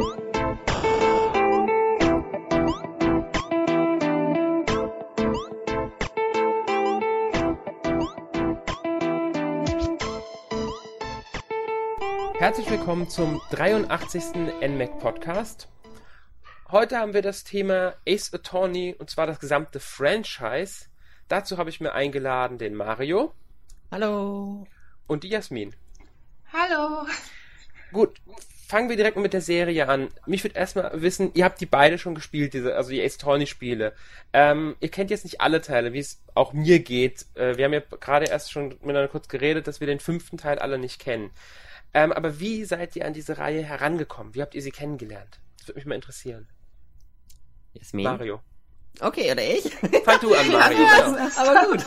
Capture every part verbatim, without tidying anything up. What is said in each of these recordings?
Herzlich willkommen zum dreiundachtzigsten N M A C Podcast. Heute haben wir das Thema Ace Attorney und zwar das gesamte Franchise. Dazu habe ich mir eingeladen den Mario. Hallo. Und die Jasmin. Hallo. Gut, fangen wir direkt mit der Serie an. Mich würde erstmal wissen, ihr habt die beide schon gespielt, diese, also die Ace Attorney Spiele. Ähm, ihr kennt jetzt nicht alle Teile, wie es auch mir geht. Äh, wir haben ja gerade erst schon miteinander kurz geredet, dass wir den fünften Teil alle nicht kennen. Ähm, aber wie seid ihr an diese Reihe herangekommen? Wie habt ihr sie kennengelernt? Das würde mich mal interessieren. Jasmin? Mario. Okay, oder ich? Fang du an, Mario. Genau. Aber gut.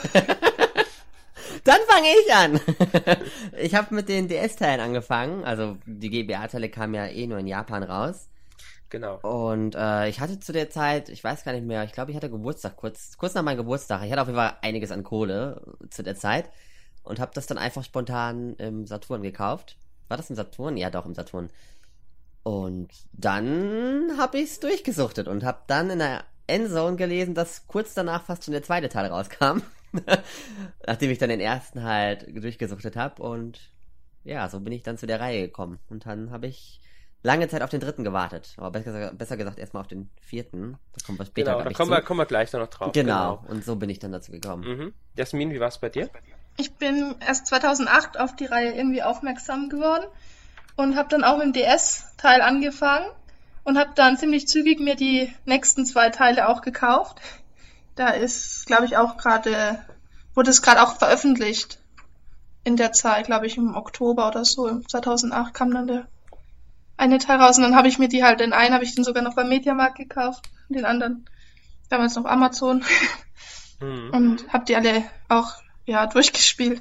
Dann fange ich an. Ich habe mit den D S-Teilen angefangen. Also die G B A-Teile kamen ja eh nur in Japan raus. Genau. Und äh, ich hatte zu der Zeit, ich weiß gar nicht mehr, ich glaube, ich hatte Geburtstag, kurz, kurz nach meinem Geburtstag. Ich hatte auf jeden Fall einiges an Kohle zu der Zeit. Und habe das dann einfach spontan im Saturn gekauft. War das im Saturn? Ja, doch, im Saturn. Und dann habe ich es durchgesuchtet und habe dann in der Endzone gelesen, dass kurz danach fast schon der zweite Teil rauskam. Nachdem ich dann den ersten halt durchgesuchtet habe. Und ja, so bin ich dann zu der Reihe gekommen. Und dann habe ich lange Zeit auf den dritten gewartet. Aber besser, besser gesagt erstmal auf den vierten. Da kommen wir später, Genau, da kommen wir, kommen wir gleich noch drauf. Genau. genau, und so bin ich dann dazu gekommen. Mhm. Jasmin, wie war es bei dir? Ich bin erst zweitausendacht auf die Reihe irgendwie aufmerksam geworden und habe dann auch mit dem D S-Teil angefangen und habe dann ziemlich zügig mir die nächsten zwei Teile auch gekauft. Da ist, glaube ich, auch gerade, wurde es gerade auch veröffentlicht in der Zeit, glaube ich, im Oktober oder so. zweitausendacht kam dann der eine Teil raus und dann habe ich mir die halt, den einen habe ich den sogar noch beim Mediamarkt gekauft, den anderen damals noch Amazon mhm. und habe die alle auch ja, durchgespielt.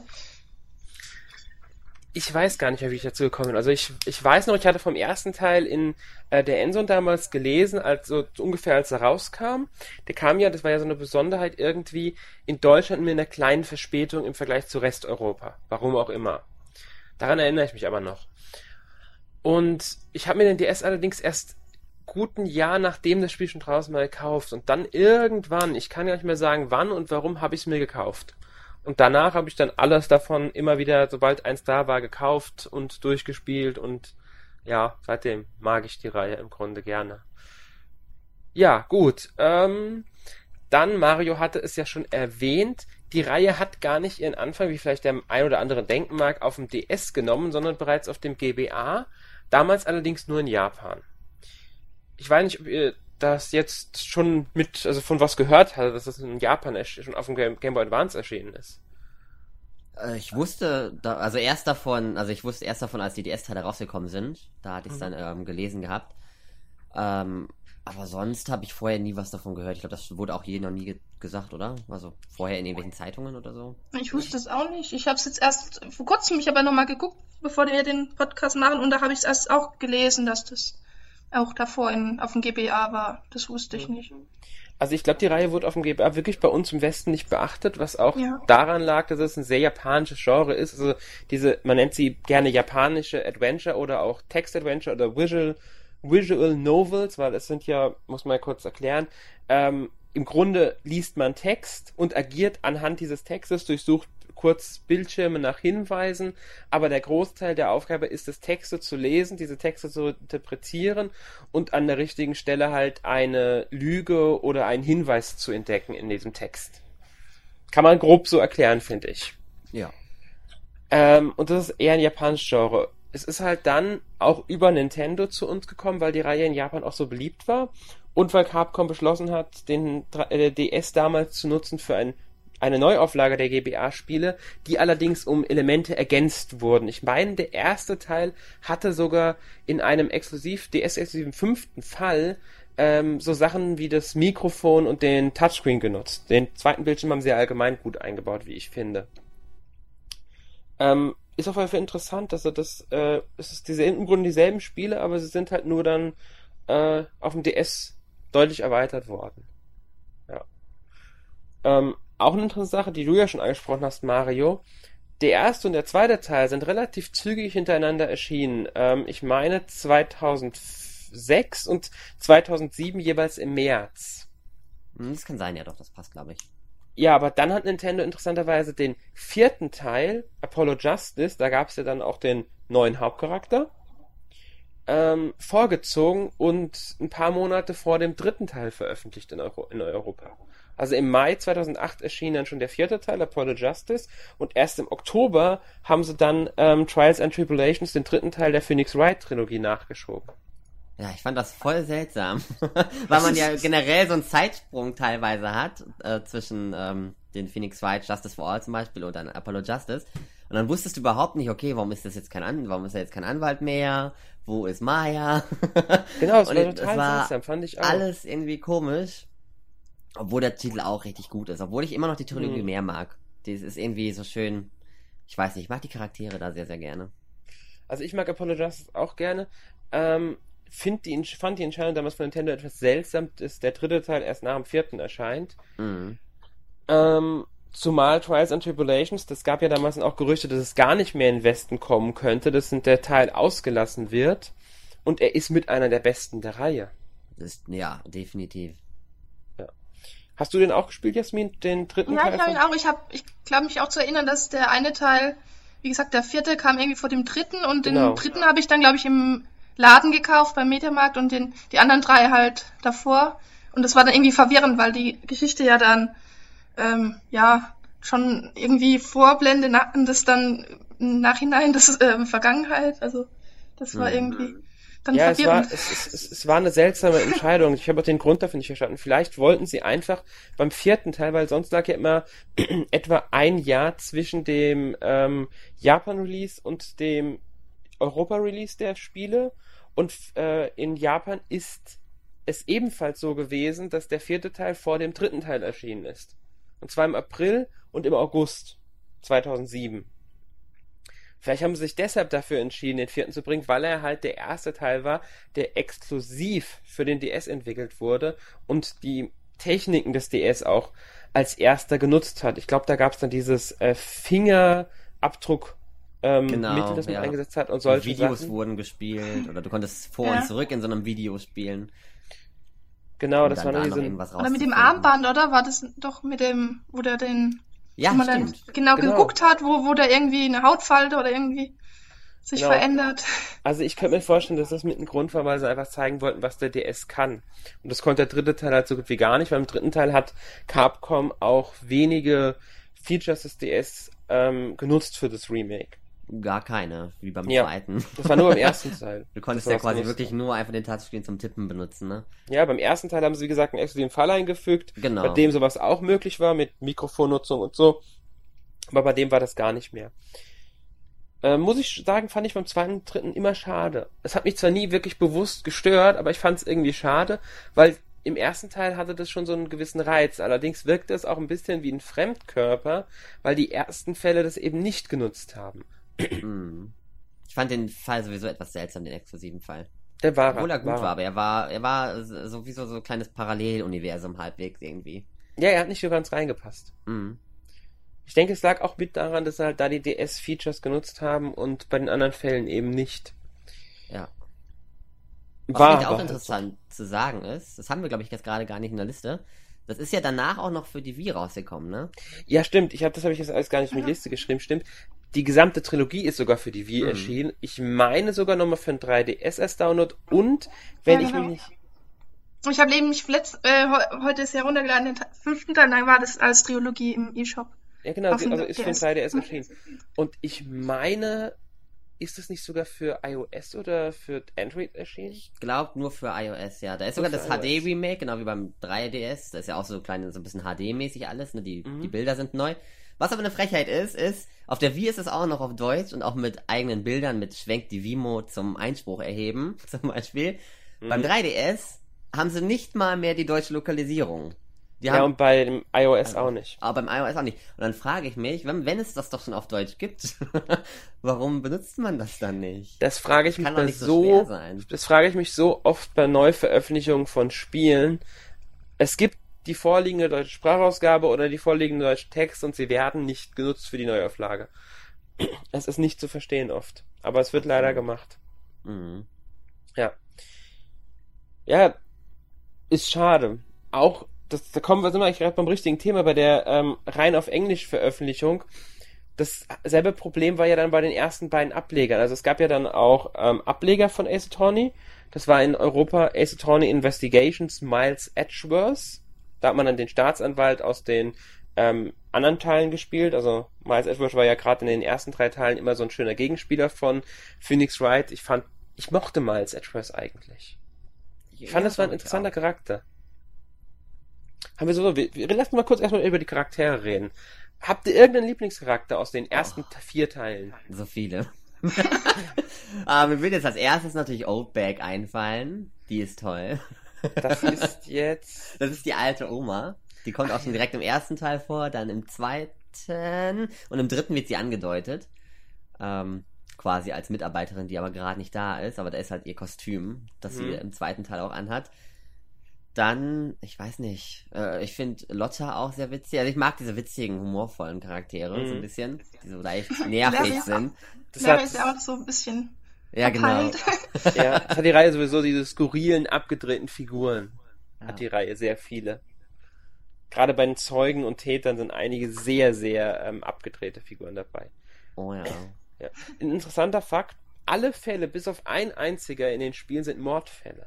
Ich weiß gar nicht mehr, wie ich dazu gekommen bin. Also ich, ich weiß noch, ich hatte vom ersten Teil in äh, der Endzone damals gelesen, also so ungefähr als er rauskam. Der kam ja, das war ja so eine Besonderheit irgendwie in Deutschland mit einer kleinen Verspätung im Vergleich zu Resteuropa. Warum auch immer. Daran erinnere ich mich aber noch. Und ich habe mir den D S allerdings erst guten Jahr nachdem das Spiel schon draußen mal gekauft. Und dann irgendwann, ich kann gar nicht mehr sagen wann und warum, habe ich es mir gekauft. Und danach habe ich dann alles davon immer wieder, sobald eins da war, gekauft und durchgespielt und ja, seitdem mag ich die Reihe im Grunde gerne. Ja, gut. Ähm, dann, Mario hatte es ja schon erwähnt, die Reihe hat gar nicht ihren Anfang, wie vielleicht der ein oder andere denken mag, auf dem D S genommen, sondern bereits auf dem G B A, damals allerdings nur in Japan. Ich weiß nicht, ob ihr das jetzt schon mit, also von was gehört hatte, dass das in Japan ersch- schon auf dem Game, Game Boy Advance erschienen ist. Äh, ich wusste, da, also erst davon, also ich wusste erst davon, als die D S-Teile rausgekommen sind. Da hatte ich es mhm. dann ähm, gelesen gehabt. Ähm, aber sonst habe ich vorher nie was davon gehört. Ich glaube, das wurde auch je noch nie ge- gesagt, oder? Also vorher in irgendwelchen Zeitungen oder so. Ich wusste es auch nicht. Ich habe es jetzt erst vor kurzem, ich habe ja nochmal geguckt, bevor wir den Podcast machen, und da habe ich es erst auch gelesen, dass das auch davor in, auf dem G B A war. Das wusste ich nicht. Also ich glaube, die Reihe wurde auf dem G B A wirklich bei uns im Westen nicht beachtet, was auch ja. daran lag, dass es ein sehr japanisches Genre ist. Also diese, man nennt sie gerne japanische Adventure oder auch Text-Adventure oder Visual, Visual Novels, weil es sind ja, muss man kurz erklären, ähm, im Grunde liest man Text und agiert anhand dieses Textes, durchsucht kurz Bildschirme nach Hinweisen, aber der Großteil der Aufgabe ist es, Texte zu lesen, diese Texte zu interpretieren und an der richtigen Stelle halt eine Lüge oder einen Hinweis zu entdecken in diesem Text. Kann man grob so erklären, finde ich. Ja. Ähm, und das ist eher ein japanisches Genre. Es ist halt dann auch über Nintendo zu uns gekommen, weil die Reihe in Japan auch so beliebt war und weil Capcom beschlossen hat, den äh, D S damals zu nutzen für ein eine Neuauflage der G B A-Spiele, die allerdings um Elemente ergänzt wurden. Ich meine, der erste Teil hatte sogar in einem exklusiv, D S-exklusiven fünften Fall ähm, so Sachen wie das Mikrofon und den Touchscreen genutzt. Den zweiten Bildschirm haben sie allgemein gut eingebaut, wie ich finde. Ähm, ist auf jeden Fall interessant, dass er das, äh, es ist diese, im Grunde dieselben Spiele, aber sie sind halt nur dann äh, auf dem D S deutlich erweitert worden. Ja. Ähm, Auch eine interessante Sache, die du ja schon angesprochen hast, Mario. Der erste und der zweite Teil sind relativ zügig hintereinander erschienen. Ähm, ich meine zweitausendvier sechs und zweitausendsieben jeweils im März. Hm, Das kann sein, ja doch, das passt, glaube ich. Ja, aber dann hat Nintendo interessanterweise den vierten Teil, Apollo Justice, da gab es ja dann auch den neuen Hauptcharakter, ähm, vorgezogen und ein paar Monate vor dem dritten Teil veröffentlicht in, Euro- in Europa. Also im Mai zweitausendacht erschien dann schon der vierte Teil, Apollo Justice, und erst im Oktober haben sie dann ähm, Trials and Tribulations, den dritten Teil der Phoenix Wright Trilogie, nachgeschoben. Ja, ich fand das voll seltsam, weil man ja generell so einen Zeitsprung teilweise hat äh, zwischen ähm, den Phoenix Wright Justice for All zum Beispiel und dann Apollo Justice. Und dann wusstest du überhaupt nicht, okay, warum ist das jetzt kein An warum ist er jetzt kein Anwalt mehr? Wo ist Maya? Genau, das Und war es total war seltsam, fand ich auch. alles irgendwie komisch, obwohl der Titel auch richtig gut ist, obwohl ich immer noch die Trilogie Mhm. mehr mag. Das ist irgendwie so schön, ich weiß nicht, ich mag die Charaktere da sehr, sehr gerne. Also ich mag Apollo Justice auch gerne. Ähm, find die, fand die Entscheidung damals von Nintendo etwas seltsam, dass der dritte Teil erst nach dem vierten erscheint. Mhm. Ähm, zumal Trials and Tribulations, das gab ja damals auch Gerüchte, dass es gar nicht mehr in den Westen kommen könnte, dass der Teil ausgelassen wird. Und er ist mit einer der besten der Reihe. Das ist, ja, definitiv. Hast du den auch gespielt, Jasmin, den dritten Ja, Teil? ich habe ihn von- auch. Ich habe, ich glaube mich auch zu erinnern, dass der eine Teil, wie gesagt, der vierte kam irgendwie vor dem dritten und Genau. den dritten habe ich dann, glaube ich, im Laden gekauft beim Mediamarkt und den, die anderen drei halt davor. Und das war dann irgendwie verwirrend, weil die Geschichte ja dann, ähm, ja, schon irgendwie Vorblende na- und das dann im Nachhinein, das ist ähm, Vergangenheit. Also, das war Mhm. irgendwie dann Ja, es war, verwirrend. es, es, es, es war eine seltsame Entscheidung. Ich habe auch den Grund dafür nicht verstanden. Vielleicht wollten sie einfach beim vierten Teil, weil sonst lag ja immer etwa ein Jahr zwischen dem ähm, Japan-Release und dem Europa-Release der Spiele. Und äh, in Japan ist es ebenfalls so gewesen, dass der vierte Teil vor dem dritten Teil erschienen ist. Und zwar im April und im August zweitausendsieben. Vielleicht haben sie sich deshalb dafür entschieden, den vierten zu bringen, weil er halt der erste Teil war, der exklusiv für den D S entwickelt wurde und die Techniken des D S auch als erster genutzt hat. Ich glaube, da gab es dann dieses äh, Fingerabdruck ähm, Genau, Mittel, das man ja. eingesetzt hat und Die solche Videos Sachen. wurden gespielt oder du konntest vor Ja. und zurück in so einem Video spielen. Genau, um das dann war da dann noch diese... irgendwas Oder mit dem rauszufinden. Armband, oder? War das doch mit dem, wo der den, Ja, wo man dann stimmt. genau, Genau. geguckt hat, wo, wo der irgendwie eine Hautfalte oder irgendwie sich Genau. verändert. Also ich könnte mir vorstellen, dass das mit ein Grund war, weil sie einfach zeigen wollten, was der D S kann. Und das konnte der dritte Teil halt so gut wie gar nicht, weil im dritten Teil hat Capcom auch wenige Features des D S ähm, genutzt für das Remake. Gar keine, wie beim Ja. zweiten. Das war nur beim ersten Teil. Du konntest Das ja war quasi das wirklich nur einfach den Touchscreen zum Tippen benutzen, ne? Ja, beim ersten Teil haben sie, wie gesagt, einen exklusiven Fall eingefügt, Genau. bei dem sowas auch möglich war, mit Mikrofonnutzung und so. Aber bei dem war das gar nicht mehr. Äh, muss ich sagen, fand ich beim zweiten und dritten immer schade. Es hat mich zwar nie wirklich bewusst gestört, aber ich fand es irgendwie schade, weil im ersten Teil hatte das schon so einen gewissen Reiz. Allerdings wirkte es auch ein bisschen wie ein Fremdkörper, weil die ersten Fälle das eben nicht genutzt haben. Mhm. Ich fand den Fall sowieso etwas seltsam, den exklusiven Fall. Der war Obwohl er gut war, aber er war, er war sowieso so ein kleines Paralleluniversum halbwegs irgendwie. Ja, er hat nicht so ganz reingepasst. Mhm. Ich denke, es lag auch mit daran, dass sie halt da die D S-Features genutzt haben und bei den anderen Fällen eben nicht. Ja. War Was vielleicht auch aber halt interessant zu sagen ist, das haben wir, glaube ich, jetzt gerade gar nicht in der Liste, das ist ja danach auch noch für die Wii rausgekommen, ne? so. Ja, stimmt. Ich habe das habe ich jetzt alles gar nicht in die Liste geschrieben. Stimmt. Die gesamte Trilogie ist sogar für die Wii Mhm. erschienen. Ich meine sogar nochmal für ein drei D S als Download und wenn Ja, ich genau. mich nicht... Ich habe eben mich letzt, äh, heu- heute ist ja runtergeladen, den Ta- fünften Teil, dann war das als Trilogie im E-Shop. Ja, genau, Auf dem also ist für ein D S. drei D S erschienen. Und ich meine, ist das nicht sogar für iOS oder für Android erschienen? Ich glaube nur für iOS, ja. Da ist Nur sogar für das H iOS. D-Remake, genau wie beim drei D S. Da ist ja auch so kleine, so ein bisschen H D-mäßig alles, ne? Die, Mhm. die Bilder sind neu. Was aber eine Frechheit ist, ist, auf der Wii ist es auch noch auf Deutsch und auch mit eigenen Bildern, mit Schwenk die Wii-Mode zum Einspruch erheben, zum Beispiel. Mhm. Beim drei D S haben sie nicht mal mehr die deutsche Lokalisierung. Die Ja, haben, und bei dem iOS auch nicht. aber beim iOS auch nicht. Und dann frage ich mich, wenn, wenn es das doch schon auf Deutsch gibt, warum benutzt man das dann nicht? Das frage ich mich Kann doch bei nicht so so, schwer sein. das frage ich mich so oft bei Neuveröffentlichungen von Spielen. Es gibt die vorliegende deutsche Sprachausgabe oder die vorliegende deutsche Text und sie werden nicht genutzt für die Neuauflage. Es ist nicht zu verstehen oft, aber es wird leider gemacht. Mhm. Ja. Ja, ist schade. Auch, das, da kommen wir sind wir eigentlich gerade beim richtigen Thema, bei der ähm, rein auf Englisch Veröffentlichung. Dasselbe Problem war ja dann bei den ersten beiden Ablegern. Also es gab ja dann auch ähm, Ableger von Ace Attorney. Das war in Europa Ace Attorney Investigations Miles Edgeworth. Da hat man dann den Staatsanwalt aus den ähm, anderen Teilen gespielt. Also Miles Edgeworth war ja gerade in den ersten drei Teilen immer so ein schöner Gegenspieler von Phoenix Wright. Ich fand, ich mochte Miles Edgeworth eigentlich. Ich fand, Ja, das war ein glaub ich interessanter auch. Charakter. Haben wir so, wir, wir lassen mal kurz erstmal über die Charaktere reden. Habt ihr irgendeinen Lieblingscharakter aus den ersten Oh. vier Teilen? So viele. Aber mir wird jetzt als erstes natürlich Oldback einfallen. Die ist toll. Das ist jetzt... Das ist die alte Oma. Die kommt auch schon direkt im ersten Teil vor, dann im zweiten und im dritten wird sie angedeutet. Ähm, quasi als Mitarbeiterin, die aber gerade nicht da ist, aber da ist halt ihr Kostüm, das Mhm. sie im zweiten Teil auch anhat. Dann, ich weiß nicht, äh, ich finde Lotta auch sehr witzig. Also ich mag diese witzigen, humorvollen Charaktere Mhm. so ein bisschen, die so leicht nervig Larry- sind. Das Larry hat, ist ja auch so ein bisschen Ja, genau. verpeilt. ja, das hat die Reihe sowieso, diese skurrilen, abgedrehten Figuren. Ja. Hat die Reihe sehr viele. Gerade bei den Zeugen und Tätern sind einige sehr, sehr ähm, abgedrehte Figuren dabei. Oh ja. Ja. Ein interessanter Fakt, alle Fälle, bis auf ein einziger in den Spielen, sind Mordfälle.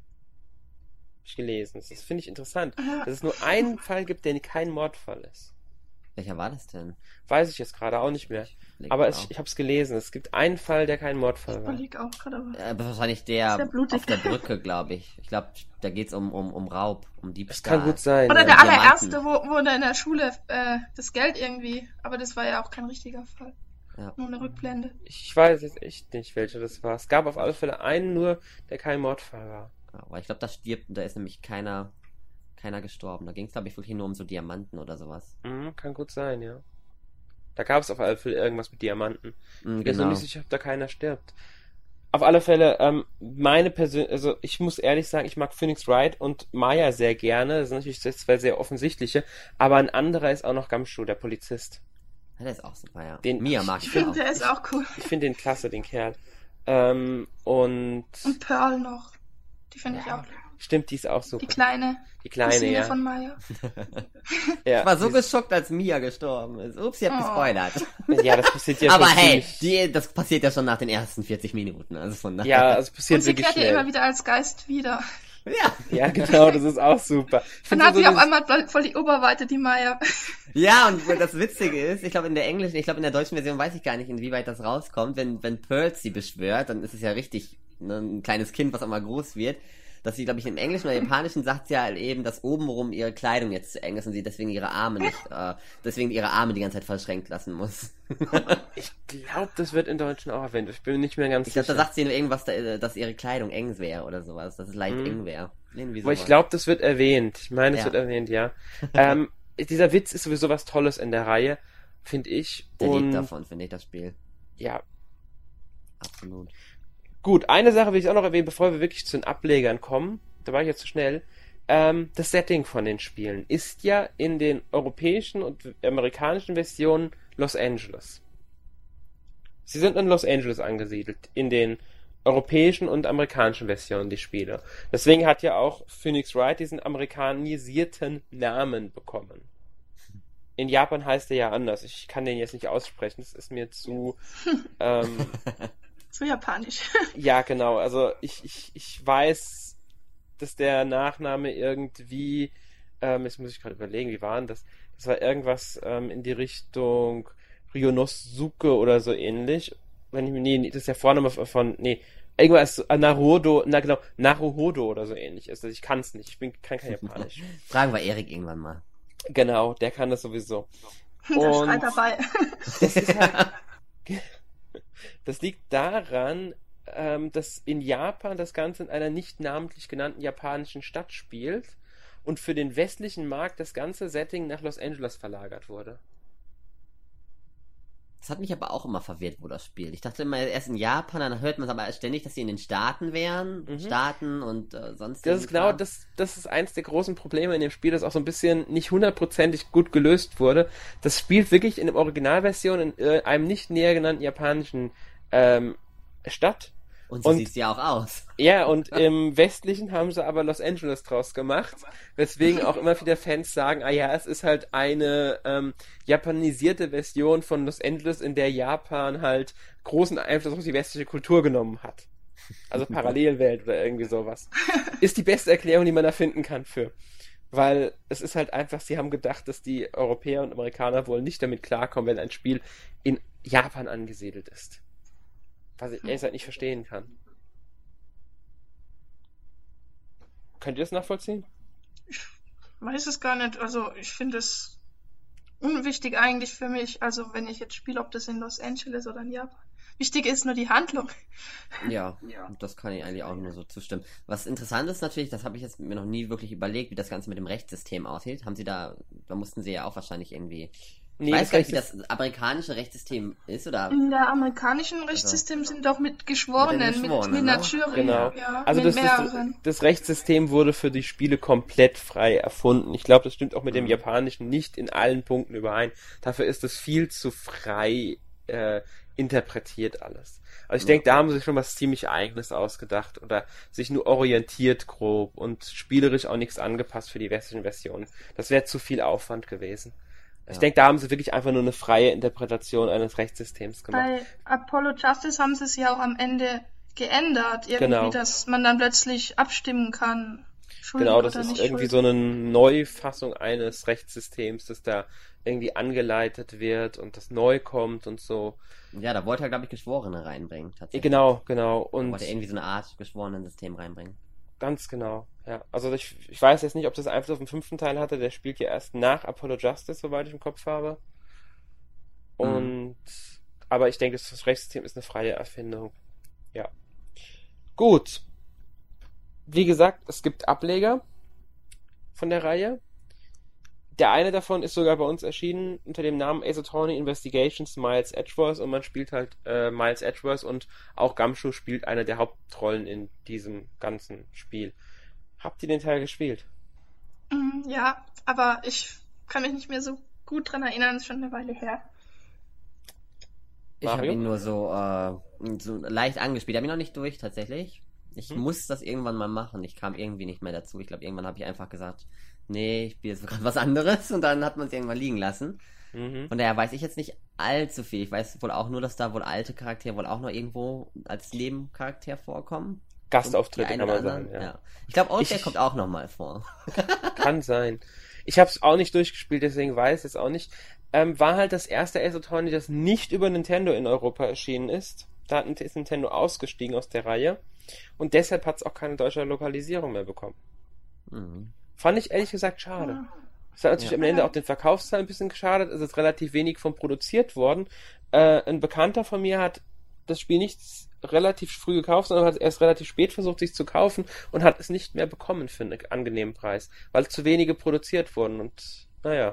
Hab ich gelesen. Das finde ich interessant, dass es nur einen Fall gibt, der kein Mordfall ist. Welcher war das denn? Weiß ich jetzt gerade auch nicht mehr. Leg Aber mal es, auf. ich habe es gelesen. Es gibt einen Fall, der kein Mordfall Ich war. überlege auch gerade, aber. Äh, wahrscheinlich der Sehr blutig. auf der Brücke, glaube ich. Ich glaube, da geht's um, um, um Raub, um Das Diebstahl. kann gut sein. Oder ja. der Diamanten. allererste, wo, wo er in der Schule äh, das Geld irgendwie. Aber das war ja auch kein richtiger Fall. Ja. Nur eine Rückblende. Ich weiß jetzt echt nicht, welcher das war. Es gab auf alle Fälle einen nur, der kein Mordfall war. Ja, aber ich glaube, da stirbt, da ist nämlich keiner, keiner gestorben. Da ging's, glaube ich, wirklich nur um so Diamanten oder sowas. Mhm, kann gut sein, ja. Da gab es auf alle Fälle irgendwas mit Diamanten. Mhm, Ich bin so genau. nicht sicher, ob da keiner stirbt. Auf alle Fälle, ähm, meine Persön also ich muss ehrlich sagen, ich mag Phoenix Wright und Maya sehr gerne. Das sind natürlich zwei sehr offensichtliche. Aber ein anderer ist auch noch Gumshoe, der Polizist. Ja, der ist auch super, ja. Den- Mia mag Ich ich finde, auch. der ist auch cool. Ich finde den klasse, den Kerl. Ähm, und Und Pearl noch. Die finde ich Ja, auch. stimmt, die ist auch Die super. kleine Die kleine, Cousine ja. von Maya. ja. Ich war so die- geschockt, als Mia gestorben ist. Ups, ihr habt Oh. gespoilert. Ja, das passiert ja Aber schon hey, ziemlich- die, das passiert ja schon nach den ersten vierzig Minuten. Also von daher. Ja, es passiert Und sie wirklich kehrt ja schnell. immer wieder als Geist wieder. Ja. Ja, genau, das ist auch super. Ich Dann find hat so sie auf dieses- einmal voll die Oberweite, die Maya. Ja, und das Witzige ist, ich glaube in der englischen, ich glaube in der deutschen Version weiß ich gar nicht, inwieweit das rauskommt. Wenn, wenn Pearl sie beschwört, dann ist es ja richtig ne, ein kleines Kind, was auch mal groß wird. Dass sie, glaube ich, im Englischen oder Japanischen sagt sie ja halt eben, dass obenrum ihre Kleidung jetzt zu eng ist und sie deswegen ihre Arme nicht, äh, deswegen ihre Arme die ganze Zeit verschränkt lassen muss. Ich glaube, das wird in Deutschen auch erwähnt. Ich bin mir nicht mehr ganz Ich glaube, sicher. da sagt sie nur irgendwas, da- dass ihre Kleidung eng wäre oder sowas, dass es leicht Mhm. eng wäre. Irgendwie Aber ich sowas. glaube, das wird erwähnt. Ich meine, es Ja. wird erwähnt, ja. ähm, dieser Witz ist sowieso was Tolles in der Reihe, finde ich. Der Und lebt davon, finde ich, das Spiel. ja, Absolut. gut. Eine Sache will ich auch noch erwähnen, bevor wir wirklich zu den Ablegern kommen. Da war ich jetzt zu schnell. Ähm, das Setting von den Spielen ist ja in den europäischen und amerikanischen Versionen Los Angeles. Sie sind in Los Angeles angesiedelt, in den europäischen und amerikanischen Versionen die Spiele. Deswegen hat ja auch Phoenix Wright diesen amerikanisierten Namen bekommen. In Japan heißt er ja anders. Ich kann den jetzt nicht aussprechen. Das ist mir zu... ähm, So japanisch. ja, genau. Also ich, ich, ich weiß, dass der Nachname irgendwie... Ähm, jetzt muss ich gerade überlegen, wie war denn das? Das war irgendwas ähm, in die Richtung Ryonosuke oder so ähnlich. Wenn ich mir... Nee, nee, das ist der Vorname von... Nee, irgendwas... Äh, Naruhodo... Na genau, Naruhodo oder so ähnlich ist. Also ich kann es nicht. Ich bin, kann kein Japanisch. Fragen wir Erik irgendwann mal. Genau, der kann das sowieso. Der Und- schreit dabei. Das ist halt, das liegt daran, ähm, dass in Japan das Ganze in einer nicht namentlich genannten japanischen Stadt spielt und für den westlichen Markt das ganze Setting nach Los Angeles verlagert wurde. Das hat mich aber auch immer verwirrt, wo das spielt. Ich dachte immer erst in Japan, dann hört man es aber ständig, dass sie in den Staaten wären. Mhm. Staaten und äh, sonst. Das ist genau, das, das ist eins der großen Probleme in dem Spiel, das auch so ein bisschen nicht hundertprozentig gut gelöst wurde. Das spielt wirklich in der Originalversion in äh, einem nicht näher genannten japanischen ähm, Stadt Und so sieht es ja auch aus. Ja, und im Westlichen haben sie aber Los Angeles draus gemacht, weswegen auch immer wieder Fans sagen, ah ja, es ist halt eine ähm, japanisierte Version von Los Angeles, in der Japan halt großen Einfluss auf die westliche Kultur genommen hat. Also Parallelwelt oder irgendwie sowas. Ist die beste Erklärung, die man da finden kann für. Weil es ist halt einfach, sie haben gedacht, dass die Europäer und Amerikaner wohl nicht damit klarkommen, wenn ein Spiel in Japan angesiedelt ist. Was ich ehrlich gesagt nicht verstehen kann. Könnt ihr das nachvollziehen? Ich weiß es gar nicht. Also ich finde es unwichtig eigentlich für mich. Also wenn ich jetzt spiele, ob das in Los Angeles oder in Japan. Wichtig ist nur die Handlung. Ja, das kann ich eigentlich auch nur so zustimmen. Was interessant ist natürlich, das habe ich jetzt mir noch nie wirklich überlegt, wie das Ganze mit dem Rechtssystem aussieht. Haben Sie da, da mussten Sie ja auch wahrscheinlich irgendwie... Nee, ich weiß das gar nicht, wie Rechtssystem- das amerikanische Rechtssystem ist, oder? In der amerikanischen Rechtssystem sind doch mit Geschworenen, Mit mit, den Geschworenen, mit ne? einer Jury. Genau. Ja, Also mit das, das, mehreren. das Rechtssystem wurde für die Spiele komplett frei erfunden. Ich glaube, das stimmt auch mit dem Mhm. Japanischen nicht in allen Punkten überein. Dafür ist es viel zu frei äh, interpretiert alles. Also ich Ja. denke, da haben sie sich schon was ziemlich Eigenes ausgedacht oder sich nur orientiert grob und spielerisch auch nichts angepasst für die westlichen Versionen. Das wäre zu viel Aufwand gewesen. Ich Ja. denke, da haben sie wirklich einfach nur eine freie Interpretation eines Rechtssystems gemacht. Bei Apollo Justice haben sie es ja auch am Ende geändert, irgendwie, Genau. dass man dann plötzlich abstimmen kann. Schuldig Genau, das oder ist nicht irgendwie schuldig. so eine Neufassung eines Rechtssystems, das da irgendwie angeleitet wird und das neu kommt und so. Ja, da wollte er, glaube ich, Geschworene reinbringen, tatsächlich. Genau, genau. Da Und wollte er irgendwie so eine Art Geschworenen-System reinbringen. ganz genau, ja. Also ich, ich weiß jetzt nicht, ob das Einfluss auf den fünften Teil hatte. Der spielt ja erst nach Apollo Justice, soweit ich im Kopf habe. Und, aber ich denke, das Rechtssystem ist eine freie Erfindung. Ja. Gut. Wie gesagt, es gibt Ableger von der Reihe. Der eine davon ist sogar bei uns erschienen unter dem Namen Ace Attorney Investigations Miles Edgeworth und man spielt halt äh, Miles Edgeworth und auch Gumshoe spielt eine der Hauptrollen in diesem ganzen Spiel. Habt ihr den Teil gespielt? Mm, Ja, aber ich kann mich nicht mehr so gut dran erinnern, ist schon eine Weile her. Ich habe Mario? ihn nur so, äh, so leicht angespielt. Ich habe ihn noch nicht durch, tatsächlich. Ich Hm. muss das irgendwann mal machen. Ich kam irgendwie nicht mehr dazu. Ich glaube, irgendwann habe ich einfach gesagt, nee, ich spiele jetzt gerade was anderes und dann hat man es irgendwann liegen lassen. Mhm. Von daher weiß ich jetzt nicht allzu viel. Ich weiß wohl auch nur, dass da wohl alte Charaktere wohl auch noch irgendwo als Nebencharakter vorkommen. Gastauftritte Die einen kann man oder sagen, anderen, ja. Ich glaube, auch der Ich- kommt auch nochmal vor. Kann sein. Ich habe es auch nicht durchgespielt, deswegen weiß ich es auch nicht. Ähm, war halt das erste Ace Attorney, das nicht über Nintendo in Europa erschienen ist. Da hat, ist Nintendo ausgestiegen aus der Reihe. Und deshalb hat es auch keine deutsche Lokalisierung mehr bekommen. Mhm. Fand ich ehrlich gesagt schade. Es hat natürlich Ja. am Ende auch den Verkaufszahlen ein bisschen geschadet. Es ist relativ wenig von produziert worden. Äh, ein Bekannter von mir hat das Spiel nicht relativ früh gekauft, sondern hat erst relativ spät versucht, sich zu kaufen und hat es nicht mehr bekommen für einen angenehmen Preis, weil zu wenige produziert wurden und naja.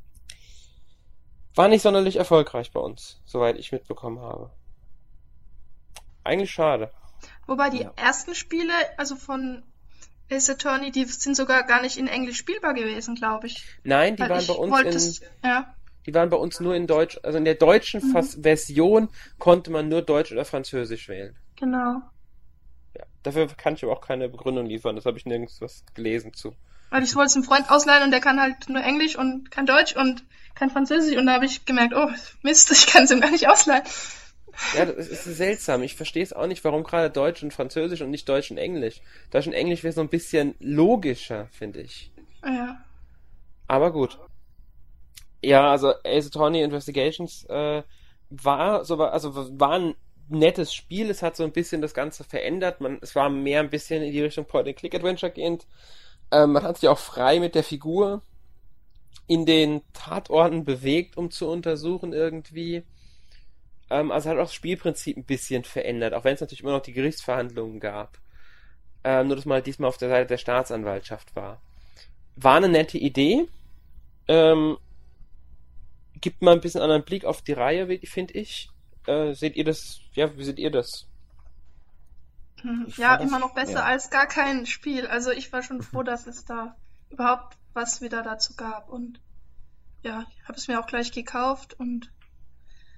War nicht sonderlich erfolgreich bei uns, soweit ich mitbekommen habe. Eigentlich schade. Wobei die Ja. ersten Spiele, also von Ace Attorney, die sind sogar gar nicht in Englisch spielbar gewesen, glaube ich. Nein, die Weil waren ich bei uns wollte in, es, ja, die waren bei uns nur in Deutsch, also in der deutschen Mhm. Fas- Version konnte man nur Deutsch oder Französisch wählen. genau. Ja. Dafür kann ich aber auch keine Begründung liefern, das habe ich nirgends was gelesen zu. Weil ich wollte es einem Freund ausleihen und der kann halt nur Englisch und kein Deutsch und kein Französisch und da habe ich gemerkt, oh Mist, ich kann es ihm gar nicht ausleihen. Ja, das ist seltsam. Ich verstehe es auch nicht, warum gerade Deutsch und Französisch und nicht Deutsch und Englisch. Deutsch und Englisch wäre so ein bisschen logischer, finde ich. Ja. Aber gut. Ja, also Ace Attorney Investigations äh, war so, also war ein nettes Spiel. Es hat so ein bisschen das Ganze verändert. Man, es war mehr ein bisschen in die Richtung Point-and-Click-Adventure gehend. Ähm, man hat sich auch frei mit der Figur in den Tatorten bewegt, um zu untersuchen irgendwie. Ähm, also hat auch das Spielprinzip ein bisschen verändert, auch wenn es natürlich immer noch die Gerichtsverhandlungen gab. Ähm, nur, dass man halt diesmal auf der Seite der Staatsanwaltschaft war. War eine nette Idee. Ähm, gibt mal ein bisschen anderen Blick auf die Reihe, finde ich. Äh, seht ihr das? Ja, wie seht ihr das? Hm, Ich Ja, fand das- immer noch besser ja. als gar kein Spiel. Also ich war schon froh, dass es da überhaupt was wieder dazu gab und ja, ich habe es mir auch gleich gekauft und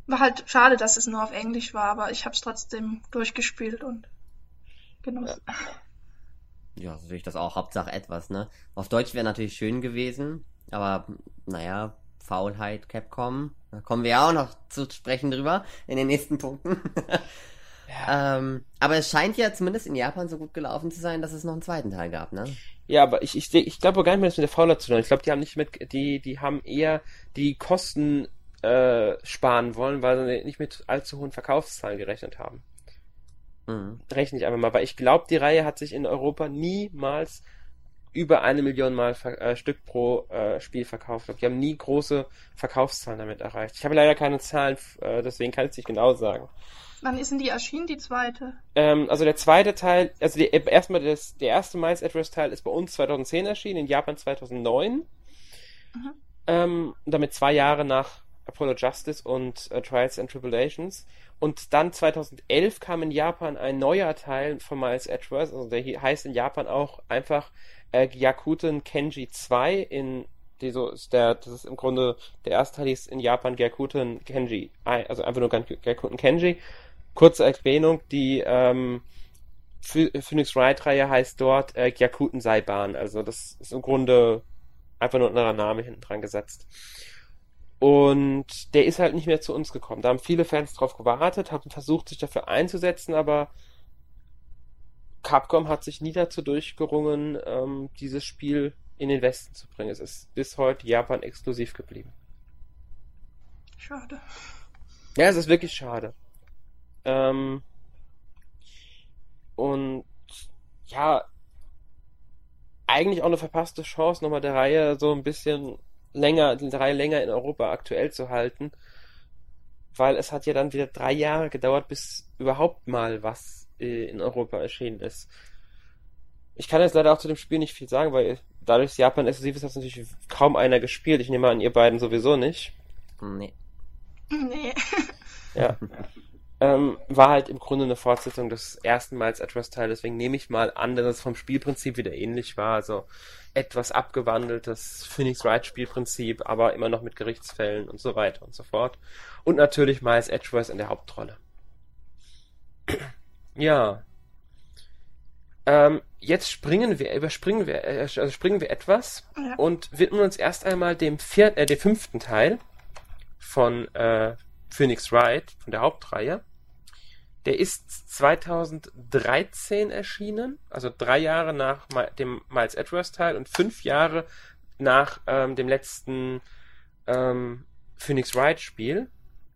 War halt schade, dass es nur auf Englisch war, aber ich habe es trotzdem durchgespielt und genossen. Ja, so sehe ich das auch. Hauptsache etwas, ne? Auf Deutsch wäre natürlich schön gewesen, aber naja, Faulheit, Capcom. Da kommen wir ja auch noch zu sprechen drüber in den nächsten Punkten. Ja. ähm, aber es scheint ja zumindest in Japan so gut gelaufen zu sein, dass es noch einen zweiten Teil gab, ne? Ja, aber ich, ich, ich glaube gar nicht mehr, dass mit der Faulheit zu tun hat. Ich glaube, die haben nicht mit, die, die haben eher die Kosten äh, sparen wollen, weil sie nicht mit allzu hohen Verkaufszahlen gerechnet haben. Mhm. Rechne ich einfach mal, weil ich glaube, die Reihe hat sich in Europa niemals über eine Million Mal Ver- äh, Stück pro äh, Spiel verkauft. Ich glaube, die haben nie große Verkaufszahlen damit erreicht. Ich habe leider keine Zahlen, äh, deswegen kann ich es nicht genau sagen. Wann ist denn die erschienen, die zweite? Ähm, also der zweite Teil, also die, erstmal das, der erste Miles Address Teil ist bei uns zweitausendzehn erschienen, in Japan zweitausendneun. Mhm. Ähm, damit zwei Jahre nach Apollo Justice und uh, Trials and Tribulations. Und dann zweitausendelf kam in Japan ein neuer Teil von Miles Address, also der hier heißt in Japan auch einfach äh, Gyakuten Kenji zwei, in die so ist der, das ist im Grunde, der erste Teil hieß in Japan Gyakuten Kenji, also einfach nur Gyakuten Kenji. Kurze Erwähnung, die ähm, Phoenix Wright-Reihe heißt dort äh, Gyakuten Saiban, also das ist im Grunde einfach nur ein anderer Name hinten dran gesetzt. Und der ist halt nicht mehr zu uns gekommen. Da haben viele Fans drauf gewartet, haben versucht, sich dafür einzusetzen, aber Capcom hat sich nie dazu durchgerungen, ähm, dieses Spiel in den Westen zu bringen. Es ist bis heute Japan exklusiv geblieben. Schade. Ja, es ist wirklich schade. Ähm, und ja, eigentlich auch eine verpasste Chance, nochmal der Reihe so ein bisschen länger, die Reihe länger in Europa aktuell zu halten, weil es hat ja dann wieder drei Jahre gedauert, bis überhaupt mal was äh, in Europa erschienen ist. Ich kann jetzt leider auch zu dem Spiel nicht viel sagen, weil dadurch, dass Japan exklusiv ist, hat es natürlich kaum einer gespielt. Ich nehme an, ihr beiden sowieso nicht. Nee. Nee. Ja. Ähm, war halt im Grunde eine Fortsetzung des ersten Miles Address Teil, deswegen nehme ich mal an, dass es vom Spielprinzip wieder ähnlich war, also etwas abgewandeltes Phoenix Wright Spielprinzip, aber immer noch mit Gerichtsfällen und so weiter und so fort. Und natürlich Miles Address in der Hauptrolle. Ja. Ähm, jetzt springen wir, überspringen wir, äh, also springen wir etwas Ja. und widmen uns erst einmal dem vier, äh, dem fünften Teil von äh, Phoenix Wright, von der Hauptreihe. Der ist zweitausenddreizehn erschienen, also drei Jahre nach dem Miles Address Teil und fünf Jahre nach ähm, dem letzten ähm, Phoenix Wright Spiel.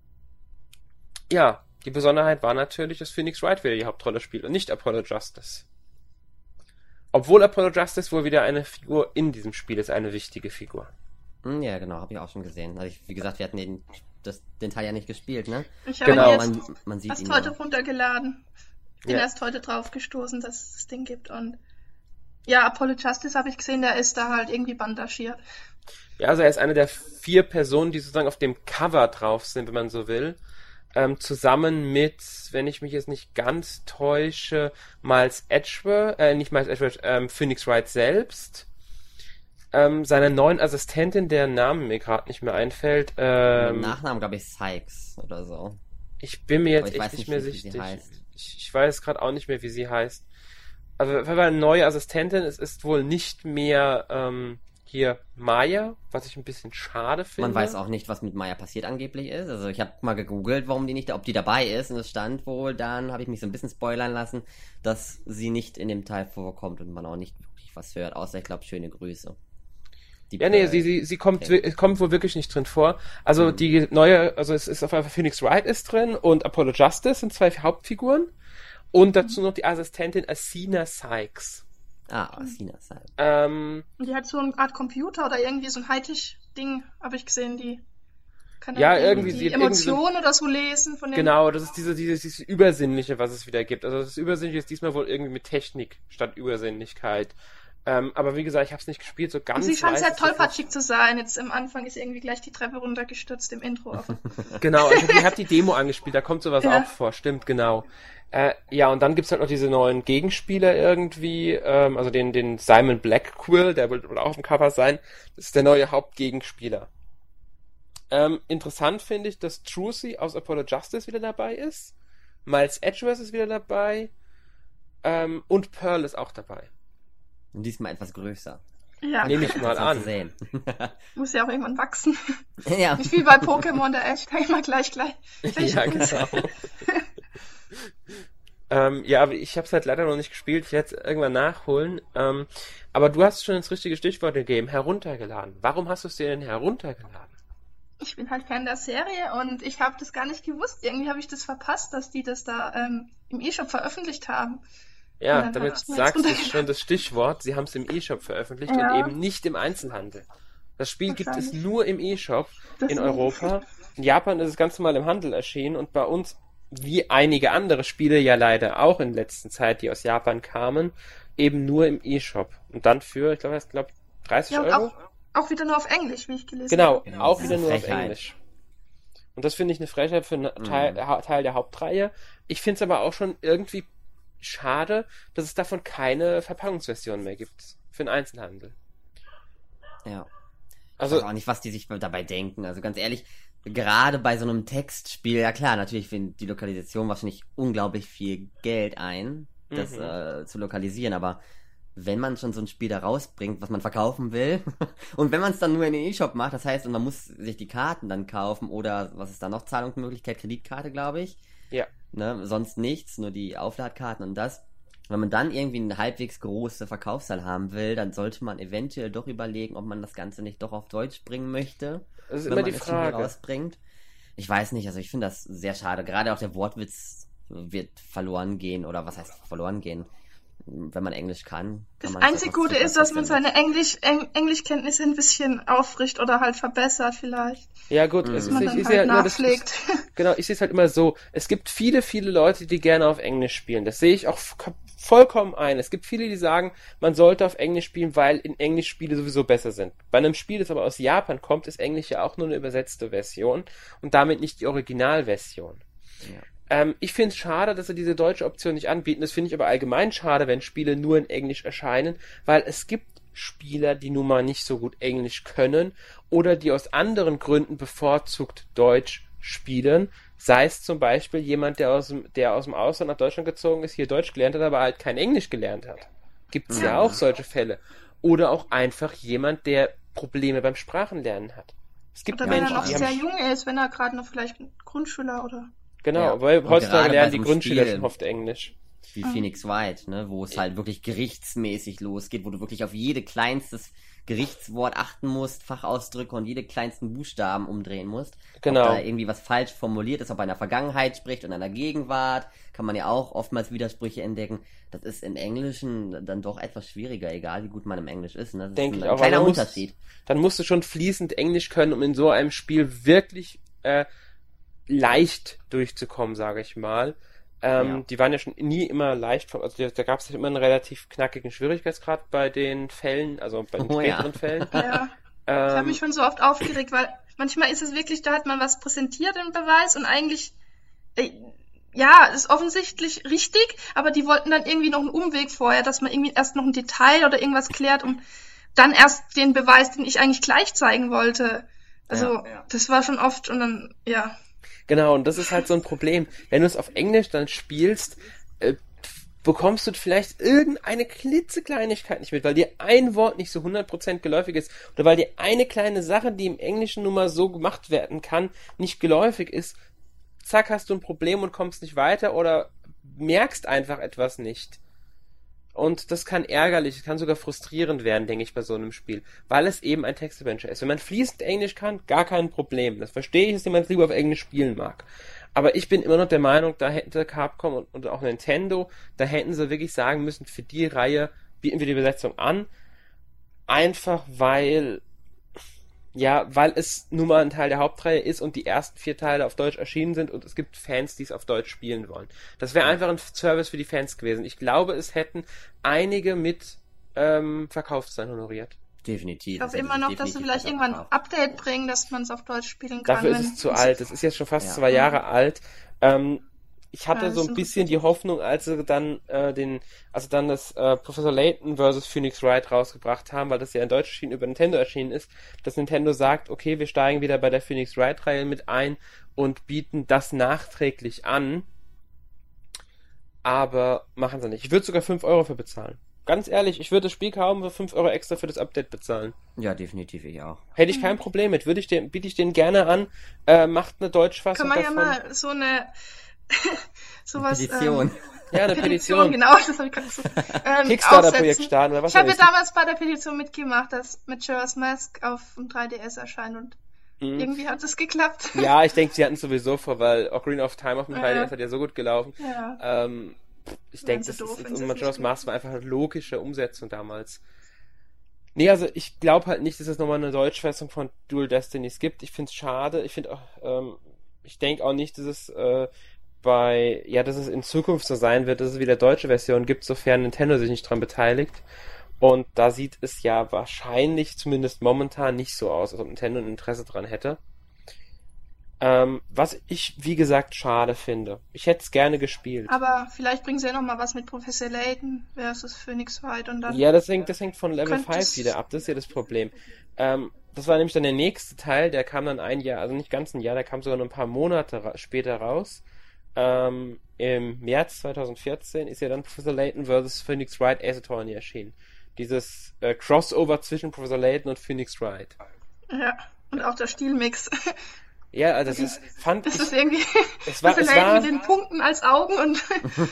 Ja, die Besonderheit war natürlich, dass Phoenix Wright wieder die Hauptrolle spielt und nicht Apollo Justice. Obwohl Apollo Justice wohl wieder eine Figur in diesem Spiel ist, eine wichtige Figur. Ja, genau, habe ich auch schon gesehen. Also ich, wie gesagt, wir hatten den, das, den Teil ja nicht gespielt, ne? Ich habe Genau. ihn jetzt Man, man sieht erst ihn heute ja. runtergeladen. Bin Ja. erst heute drauf gestoßen, dass es das Ding gibt. Und ja, Apollo Justice habe ich gesehen, der ist da halt irgendwie bandagiert. Ja, also er ist eine der vier Personen, die sozusagen auf dem Cover drauf sind, wenn man so will. Ähm, zusammen mit, wenn ich mich jetzt nicht ganz täusche, Miles Edgeworth, äh, nicht Miles Edgeworth, ähm, Phoenix Wright selbst, ähm, seiner neuen Assistentin, deren Name mir gerade nicht mehr einfällt. Ähm, Mit Nachnamen, glaube ich, Sykes oder so. ich bin mir Aber jetzt ich echt weiß nicht nicht, mehr wie sie sicher. heißt. Ich, ich weiß gerade auch nicht mehr, wie sie heißt. Also, auf jeden Fall eine neue Assistentin. Es ist wohl nicht mehr ähm, hier Maya, was ich ein bisschen schade finde. Man weiß auch nicht, was mit Maya passiert angeblich ist. Also ich habe mal gegoogelt, warum die nicht, ob die dabei ist. Und es stand wohl, dann habe ich mich so ein bisschen spoilern lassen, dass sie nicht in dem Teil vorkommt und man auch nicht wirklich was hört. Außer, ich glaube, schöne Grüße. Die, Ja, nee, äh, sie, sie, sie kommt, okay. wi- kommt wohl wirklich nicht drin vor. Also Mhm. die neue, also es ist auf jeden Fall Phoenix Wright ist drin und Apollo Justice sind zwei Hauptfiguren. Und dazu noch die Assistentin Athena Sykes. Ah, Sina Sykes. Ähm, Und die hat so eine Art Computer oder irgendwie so ein Hightech-Ding, habe ich gesehen, die kann Ja, dann irgendwie die sieht- irgendwie so- Emotionen oder so lesen von den... genau, das ist diese, dieses, dieses Übersinnliche, was es wieder gibt. Also das Übersinnliche ist diesmal wohl irgendwie mit Technik statt Übersinnlichkeit. Ähm, aber wie gesagt, ich habe es nicht gespielt, so Und ganz sie scheint weiß sehr ich das nicht. tollpatschig zu sein. Jetzt am Anfang ist irgendwie gleich die Treppe runtergestürzt im Intro. Aber Genau, ich habe hab die Demo angespielt, da kommt sowas Ja. auch vor, stimmt, genau. Äh, ja, und dann gibt's halt noch diese neuen Gegenspieler irgendwie, ähm, also den, den Simon Blackquill, der wird wohl auch auf dem Cover sein. Das ist der neue Hauptgegenspieler. Ähm, interessant finde ich, dass Trucy aus Apollo Justice wieder dabei ist. Miles Edgeworth ist wieder dabei. Ähm, und Pearl ist auch dabei. Und diesmal etwas größer. Ja, Nehme ich mal an. Zu sehen. muss ja auch irgendwann wachsen. Ja. Nicht wie bei Pokémon, da echt immer gleich gleich. gleich Ja, groß. genau. ähm, ja, aber ich habe es halt leider noch nicht gespielt. Ich werde es irgendwann nachholen. Ähm, aber du hast schon das richtige Stichwort gegeben. Heruntergeladen. Warum hast du es dir denn heruntergeladen? Ich bin halt Fan der Serie und ich habe das gar nicht gewusst. Irgendwie habe ich das verpasst, dass die das da ähm, im E-Shop veröffentlicht haben. Ja, Und dann damit hab ich mir sagst jetzt du runtergeladen. schon das Stichwort. Sie haben es im E-Shop veröffentlicht Ja. und eben nicht im Einzelhandel. Das Spiel gibt es Wahrscheinlich. nur im E-Shop in Deswegen. Europa. In Japan ist es ganz normal im Handel erschienen und bei uns, wie einige andere Spiele ja leider auch in letzter Zeit, die aus Japan kamen, eben nur im E-Shop. Und dann für, ich glaube, ich glaube dreißig Ja, und Euro. auch, auch wieder nur auf Englisch, wie ich gelesen Genau, habe. Genau, auch das ist wieder eine nur auf Frechheit. Englisch. Und das finde ich eine Frechheit für einen Teil, Mhm. Teil der Hauptreihe. Ich finde es aber auch schon irgendwie schade, dass es davon keine Verpackungsversion mehr gibt für den Einzelhandel. Ja. Also, Ich weiß auch nicht, was die sich dabei denken. Also ganz ehrlich, gerade bei so einem Textspiel, ja klar, natürlich findet die Lokalisation wahrscheinlich unglaublich viel Geld ein, das Mhm. äh, zu lokalisieren, aber wenn man schon so ein Spiel da rausbringt, was man verkaufen will, und wenn man es dann nur in den E-Shop macht, das heißt, und man muss sich die Karten dann kaufen oder, was ist da noch, Zahlungsmöglichkeit, Kreditkarte, glaube ich, ja. ne, sonst nichts, nur die Aufladkarten und das. Wenn man dann irgendwie eine halbwegs große Verkaufszahl haben will, dann sollte man eventuell doch überlegen, ob man das Ganze nicht doch auf Deutsch bringen möchte, Das ist wenn immer man die es schon Frage. hier rausbringt. Ich weiß nicht, also ich finde das sehr schade. Gerade auch der Wortwitz wird verloren gehen, oder was heißt verloren gehen? Wenn man Englisch kann. Das kann man einzige auch Gute super ist, dass man trotzdem seine Englisch, Eng, Englischkenntnisse ein bisschen auffrischt oder halt verbessert vielleicht. Ja gut, Mhm. es Dass ist, man ich, dann ich sehe halt halt nur, das, nachschlägt. genau, ich sehe es halt immer so. Es gibt viele, viele Leute, die gerne auf Englisch spielen. Das sehe ich auch f- vollkommen ein. Es gibt viele, die sagen, man sollte auf Englisch spielen, weil in Englisch Spiele sowieso besser sind. Bei einem Spiel, das aber aus Japan kommt, ist Englisch ja auch nur eine übersetzte Version und damit nicht die Originalversion. Ja. Ähm, ich finde es schade, dass sie diese deutsche Option nicht anbieten. Das finde ich aber allgemein schade, wenn Spiele nur in Englisch erscheinen, weil es gibt Spieler, die nun mal nicht so gut Englisch können oder die aus anderen Gründen bevorzugt Deutsch spielen. Sei es zum Beispiel jemand, der aus dem, der aus dem Ausland nach Deutschland gezogen ist, hier Deutsch gelernt hat, aber halt kein Englisch gelernt hat. Gibt es ja. Ja. auch solche Fälle. Oder auch einfach jemand, der Probleme beim Sprachenlernen hat. Es gibt Oder wenn er Menschen, noch die sehr haben... jung ist, wenn er gerade noch vielleicht ein Grundschüler oder... Genau, Ja. weil Und heutzutage gerade bei lernen so die einem Grundschüler Spiel- schon oft Englisch. Wie Phoenix Wright, ne, wo es halt wirklich gerichtsmäßig losgeht, wo du wirklich auf jede kleinstes Gerichtswort achten musst, Fachausdrücke und jede kleinsten Buchstaben umdrehen musst. Genau. Ob da irgendwie was falsch formuliert ist, ob er in der Vergangenheit spricht und in der Gegenwart, kann man ja auch oftmals Widersprüche entdecken. Das ist im Englischen dann doch etwas schwieriger, egal wie gut man im Englisch ist. Ne? Das Denke ist ich ein auch. weil kleiner man muss- Unterschied. Dann musst du schon fließend Englisch können, um in so einem Spiel wirklich äh, leicht durchzukommen, sage ich mal. Ähm, Ja. Die waren ja schon nie immer leicht, also da, da gab es immer einen relativ knackigen Schwierigkeitsgrad bei den Fällen, also bei den Oh ja. späteren Fällen. Ja, ich habe Ähm, mich schon so oft aufgeregt, weil manchmal ist es wirklich, da hat man was präsentiert im Beweis und eigentlich, äh, ja, ist offensichtlich richtig, aber die wollten dann irgendwie noch einen Umweg vorher, dass man irgendwie erst noch ein Detail oder irgendwas klärt und dann erst den Beweis, den ich eigentlich gleich zeigen wollte. Also, Ja, ja. das war schon oft und dann, ja. Genau, und das ist halt so ein Problem. Wenn du es auf Englisch dann spielst, äh, bekommst du vielleicht irgendeine klitzekleinigkeit nicht mit, weil dir ein Wort nicht so hundert Prozent geläufig ist oder weil dir eine kleine Sache, die im Englischen nun mal so gemacht werden kann, nicht geläufig ist. Zack, hast du ein Problem und kommst nicht weiter oder merkst einfach etwas nicht. Und das kann ärgerlich, das kann sogar frustrierend werden, denke ich, bei so einem Spiel, weil es eben ein Text-Adventure ist. Wenn man fließend Englisch kann, gar kein Problem. Das verstehe ich, dass jemand lieber auf Englisch spielen mag. Aber ich bin immer noch der Meinung, da hätte Capcom und, und auch Nintendo, da hätten sie wirklich sagen müssen, für die Reihe bieten wir die Übersetzung an. Einfach weil, ja, weil es nun mal ein Teil der Hauptreihe ist und die ersten vier Teile auf Deutsch erschienen sind und es gibt Fans, die es auf Deutsch spielen wollen. Das wäre einfach ein Service für die Fans gewesen. Ich glaube, es hätten einige mit ähm, Verkaufszahlen honoriert. Definitiv. Ich hoffe Das hätte immer sich noch, dass sie definitiv vielleicht besser irgendwann ein verkauft. Update bringen, dass man es auf Deutsch spielen kann. Dafür ist wenn- es zu alt. Das ist jetzt schon fast Ja. zwei Jahre alt. Ähm, ich hatte Ja, so das ein bisschen die Hoffnung, als sie dann äh, den, also dann das äh, Professor Layton versus Phoenix Wright rausgebracht haben, weil das ja in Deutsch erschienen, über Nintendo erschienen ist, dass Nintendo sagt, okay, wir steigen wieder bei der Phoenix Wright-Reihe mit ein und bieten das nachträglich an, aber machen sie nicht. Ich würde sogar fünf Euro für bezahlen. Ganz ehrlich, ich würde das Spiel kaum für fünf Euro extra für das Update bezahlen. Ja, definitiv, ich auch. Hätte ich kein Problem mit, würde ich den, biete ich den gerne an, äh, macht eine Deutschfassung Kann man ja davon. mal so eine sowas Petition. Ähm, Ja, eine Petition. genau, das habe ich gerade gesagt. Ähm, Kickstarter-Projekt aufsetzen. starten oder was Ich habe ja weiß ich. damals bei der Petition mitgemacht, dass Majora's Mask auf dem drei D S erscheint und Mhm. irgendwie hat es geklappt. Ja, ich denke, sie hatten es sowieso vor, weil Ocarina of Time auf dem Ja. drei D S hat ja so gut gelaufen. Ja. Ähm, ich Wären denke, sie das doof, ist wenn sie und es Majora's nicht Mask war einfach eine logische Umsetzung damals. Nee, also ich glaube halt nicht, dass es nochmal eine Deutschfassung von Dual Destinies gibt. Ich finde es schade. Ich finde auch, ähm, ich denke auch nicht, dass es äh, bei, ja, dass es in Zukunft so sein wird, dass es wieder deutsche Versionen gibt, sofern Nintendo sich nicht dran beteiligt. Und da sieht es ja wahrscheinlich, zumindest momentan, nicht so aus, als ob Nintendo ein Interesse dran hätte. Ähm, was ich, wie gesagt, schade finde. Ich hätte es gerne gespielt. Aber vielleicht bringen sie ja noch mal was mit Professor Layton versus Phoenix Wright und dann Ja, das hängt, das hängt von Level könnte fünf es- wieder ab, das ist ja das Problem. Ähm, das war nämlich dann der nächste Teil, der kam dann ein Jahr, also nicht ganz ein Jahr, der kam sogar noch ein paar Monate ra- später raus. Ähm, im März zweitausendvierzehn ist ja dann Professor Layton versus Phoenix Wright Ace Attorney erschienen. Dieses äh, Crossover zwischen Professor Layton und Phoenix Wright. ja, und auch der Stilmix. Ja, also das ist, fand Das ich, ist irgendwie es war, Professor es Layton war, mit den Punkten als Augen und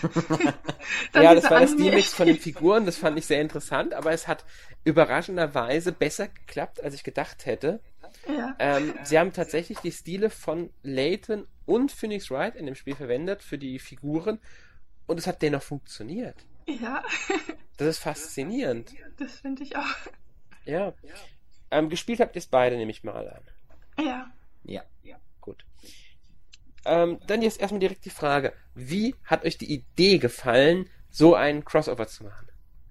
dann ja, das dieser war das Anime. Stilmix von den Figuren, das fand ich sehr interessant, aber es hat überraschenderweise besser geklappt, als ich gedacht hätte. Ja. Ähm, sie haben tatsächlich die Stile von Layton und Phoenix Wright in dem Spiel verwendet für die Figuren und es hat dennoch funktioniert. Ja, Das ist faszinierend. das finde ich auch. Ja. Ähm, gespielt habt ihr es beide, nehme ich mal an. Ja. Ja. Gut. Ähm, dann jetzt erstmal direkt die Frage, wie hat euch die Idee gefallen, so einen Crossover zu machen?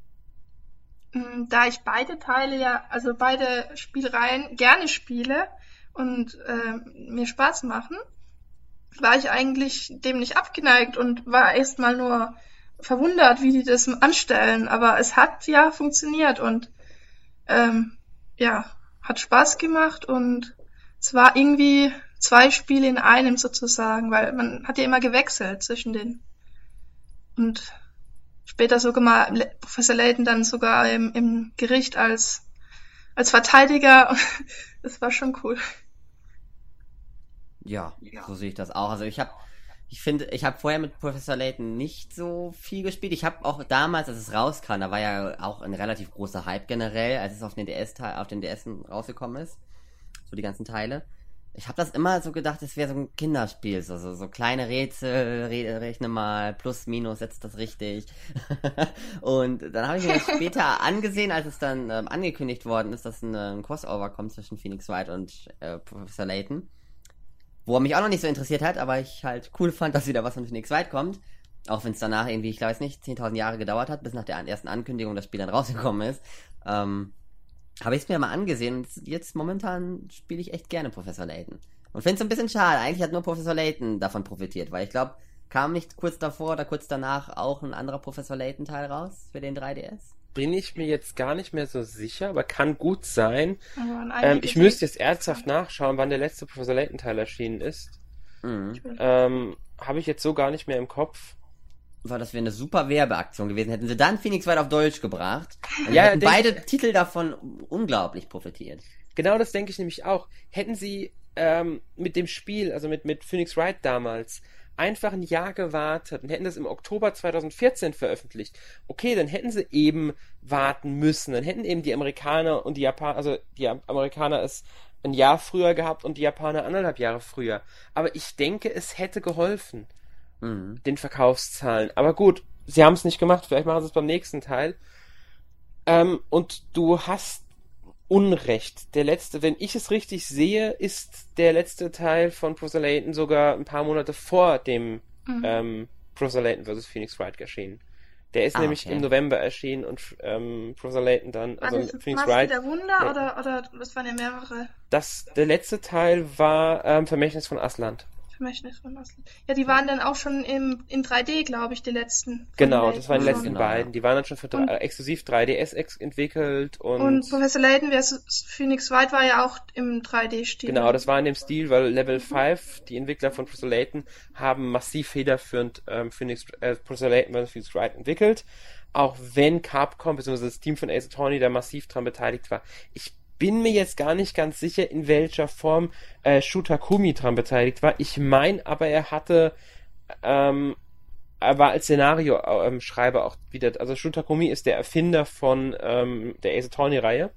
Mm, Da ich beide Teile ja, also beide Spielreihen gerne spiele und ähm, mir Spaß machen, war ich eigentlich dem nicht abgeneigt und war erstmal nur verwundert, wie die das anstellen. Aber es hat ja funktioniert und ähm, ja, hat Spaß gemacht und es war irgendwie zwei Spiele in einem sozusagen, weil man hat ja immer gewechselt zwischen den und später sogar mal Le- Professor Layton dann sogar im, im Gericht als als Verteidiger. Das war schon cool. Ja, so sehe ich das auch. Also ich habe, ich finde, ich habe vorher mit Professor Layton nicht so viel gespielt. Ich habe auch damals, als es rauskam, da war ja auch ein relativ großer Hype generell, als es auf den D S auf den D S rausgekommen ist, so die ganzen Teile. Ich habe das immer so gedacht, es wäre so ein Kinderspiel, so, so, so kleine Rätsel, re rechne mal, plus, minus, setzt das richtig. Und dann habe ich mir das später angesehen, als es dann ähm, angekündigt worden ist, dass ein, äh, ein Crossover kommt zwischen Phoenix Wright und äh, Professor Layton. Wo er mich auch noch nicht so interessiert hat, aber ich halt cool fand, dass wieder was von Phoenix Wright kommt. Auch wenn es danach irgendwie, ich weiß nicht, zehntausend Jahre gedauert hat, bis nach der ersten Ankündigung das Spiel dann rausgekommen ist. Ähm, habe ich es mir mal angesehen und jetzt momentan spiele ich echt gerne Professor Layton. Und finde es ein bisschen schade. Eigentlich hat nur Professor Layton davon profitiert, weil ich glaube, kam nicht kurz davor oder kurz danach auch ein anderer Professor Layton-Teil raus für den drei D S? Bin ich mir jetzt gar nicht mehr so sicher, aber kann gut sein. Aber waren Ähm, einige, ich die- müsste jetzt ernsthaft nachschauen, wann der letzte Professor Layton Teil erschienen ist. Mhm. Ähm, habe ich jetzt so gar nicht mehr im Kopf. War das wäre eine super Werbeaktion gewesen. Hätten sie dann Phoenix Wright auf Deutsch gebracht, dann Ja, hätten denk- beide Titel davon unglaublich profitiert. Genau das denke ich nämlich auch. Hätten sie ähm, mit dem Spiel, also mit, mit Phoenix Wright damals, einfach ein Jahr gewartet und hätten das im Oktober zweitausendvierzehn veröffentlicht, okay, dann hätten sie eben warten müssen. Dann hätten eben die Amerikaner und die Japaner, also die Amerikaner es ein Jahr früher gehabt und die Japaner anderthalb Jahre früher. Aber ich denke, es hätte geholfen, Mhm. den Verkaufszahlen. Aber gut, sie haben es nicht gemacht. Vielleicht machen sie es beim nächsten Teil. Ähm, und du hast Unrecht. Der letzte, wenn ich es richtig sehe, ist der letzte Teil von Professor Layton sogar ein paar Monate vor dem Mhm. ähm, Professor Layton versus Phoenix Wright erschienen. Der ist Ah, nämlich okay. im November erschienen und ähm, Professor Layton dann, War also das Phoenix Maske Wright. der Wunder Nee. oder, oder das waren ja mehrere Das, der letzte Teil war ähm, Vermächtnis von Asland. Vermächtnis von Aslan. Ja, die waren dann auch schon im, in drei D, glaube ich, die letzten. von Genau, Layton das waren die schon. letzten Genau, beiden. ja. Die waren dann schon für drei, Und- äh, exklusiv drei D S ex entwickelt und, Und Professor Layton versus Phoenix Wright war ja auch im drei D-Stil. genau, das war in dem Stil, weil Level fünf, die Entwickler von Professor Layton, haben massiv federführend ähm, Phoenix, äh, Professor Layton versus Phoenix Wright entwickelt. Auch wenn Capcom bzw. das Team von Ace Attorney da massiv dran beteiligt war. Ich bin mir jetzt gar nicht ganz sicher, in welcher Form äh, Shu Takumi dran beteiligt war. Ich meine, aber er hatte, ähm, er war als Szenario-Schreiber auch wieder, also Shu Takumi ist der Erfinder von ähm, der Ace Attorney-Reihe.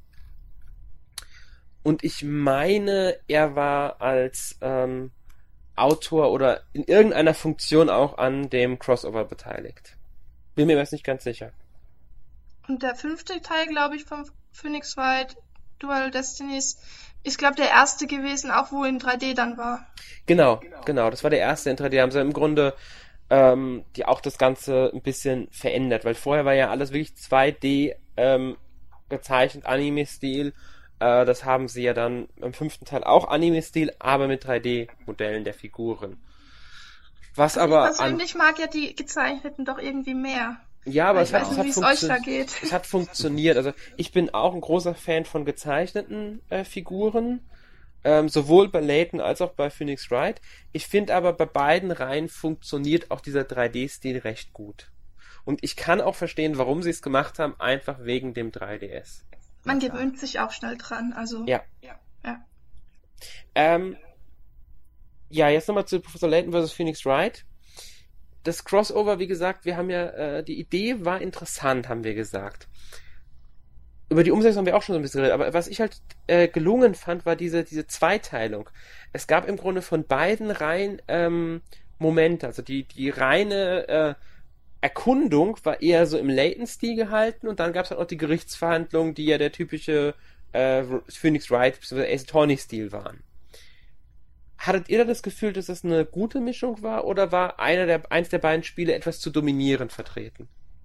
Und ich meine, er war als ähm, Autor oder in irgendeiner Funktion auch an dem Crossover beteiligt. Bin mir jetzt nicht ganz sicher. Und der fünfte Teil, glaube ich, von Phoenix Wright, Dual Destinies, ist, glaube ich, der erste gewesen, auch wo in drei D dann war. Genau, genau, das war der erste in drei D. Haben sie im Grunde ähm, die auch das Ganze ein bisschen verändert, weil vorher war ja alles wirklich zwei D ähm, gezeichnet, Anime-Stil. Äh, das haben sie ja dann im fünften Teil auch Anime-Stil, aber mit drei D-Modellen der Figuren. Was aber Ich an, persönlich mag ja die gezeichneten doch irgendwie mehr. ja, aber Ich es hat, weiß es nicht, hat wie es euch da funktio- geht. es hat funktioniert. Also ich bin auch ein großer Fan von gezeichneten äh, Figuren, ähm, sowohl bei Layton als auch bei Phoenix Wright. Ich finde aber, bei beiden Reihen funktioniert auch dieser drei D-Stil recht gut. Und ich kann auch verstehen, warum sie es gemacht haben, einfach wegen dem drei D S. Man Ja, klar. gewöhnt sich auch schnell dran, also. Ja. Ja. Ähm, ja, jetzt nochmal zu Professor Layton versus Phoenix Wright. Das Crossover, wie gesagt, wir haben ja, äh, die Idee war interessant, haben wir gesagt. Über die Umsetzung haben wir auch schon so ein bisschen geredet, aber was ich halt äh, gelungen fand, war diese, diese Zweiteilung. Es gab im Grunde von beiden Reihen ähm, Momente, also die, die reine äh, Erkundung war eher so im Layton-Stil gehalten und dann gab es halt auch die Gerichtsverhandlungen, die ja der typische äh, Phoenix Wright bzw. Ace Attorney-Stil waren. Hattet ihr da das Gefühl, dass das eine gute Mischung war oder war einer der, eins der beiden Spiele etwas zu dominierend vertreten?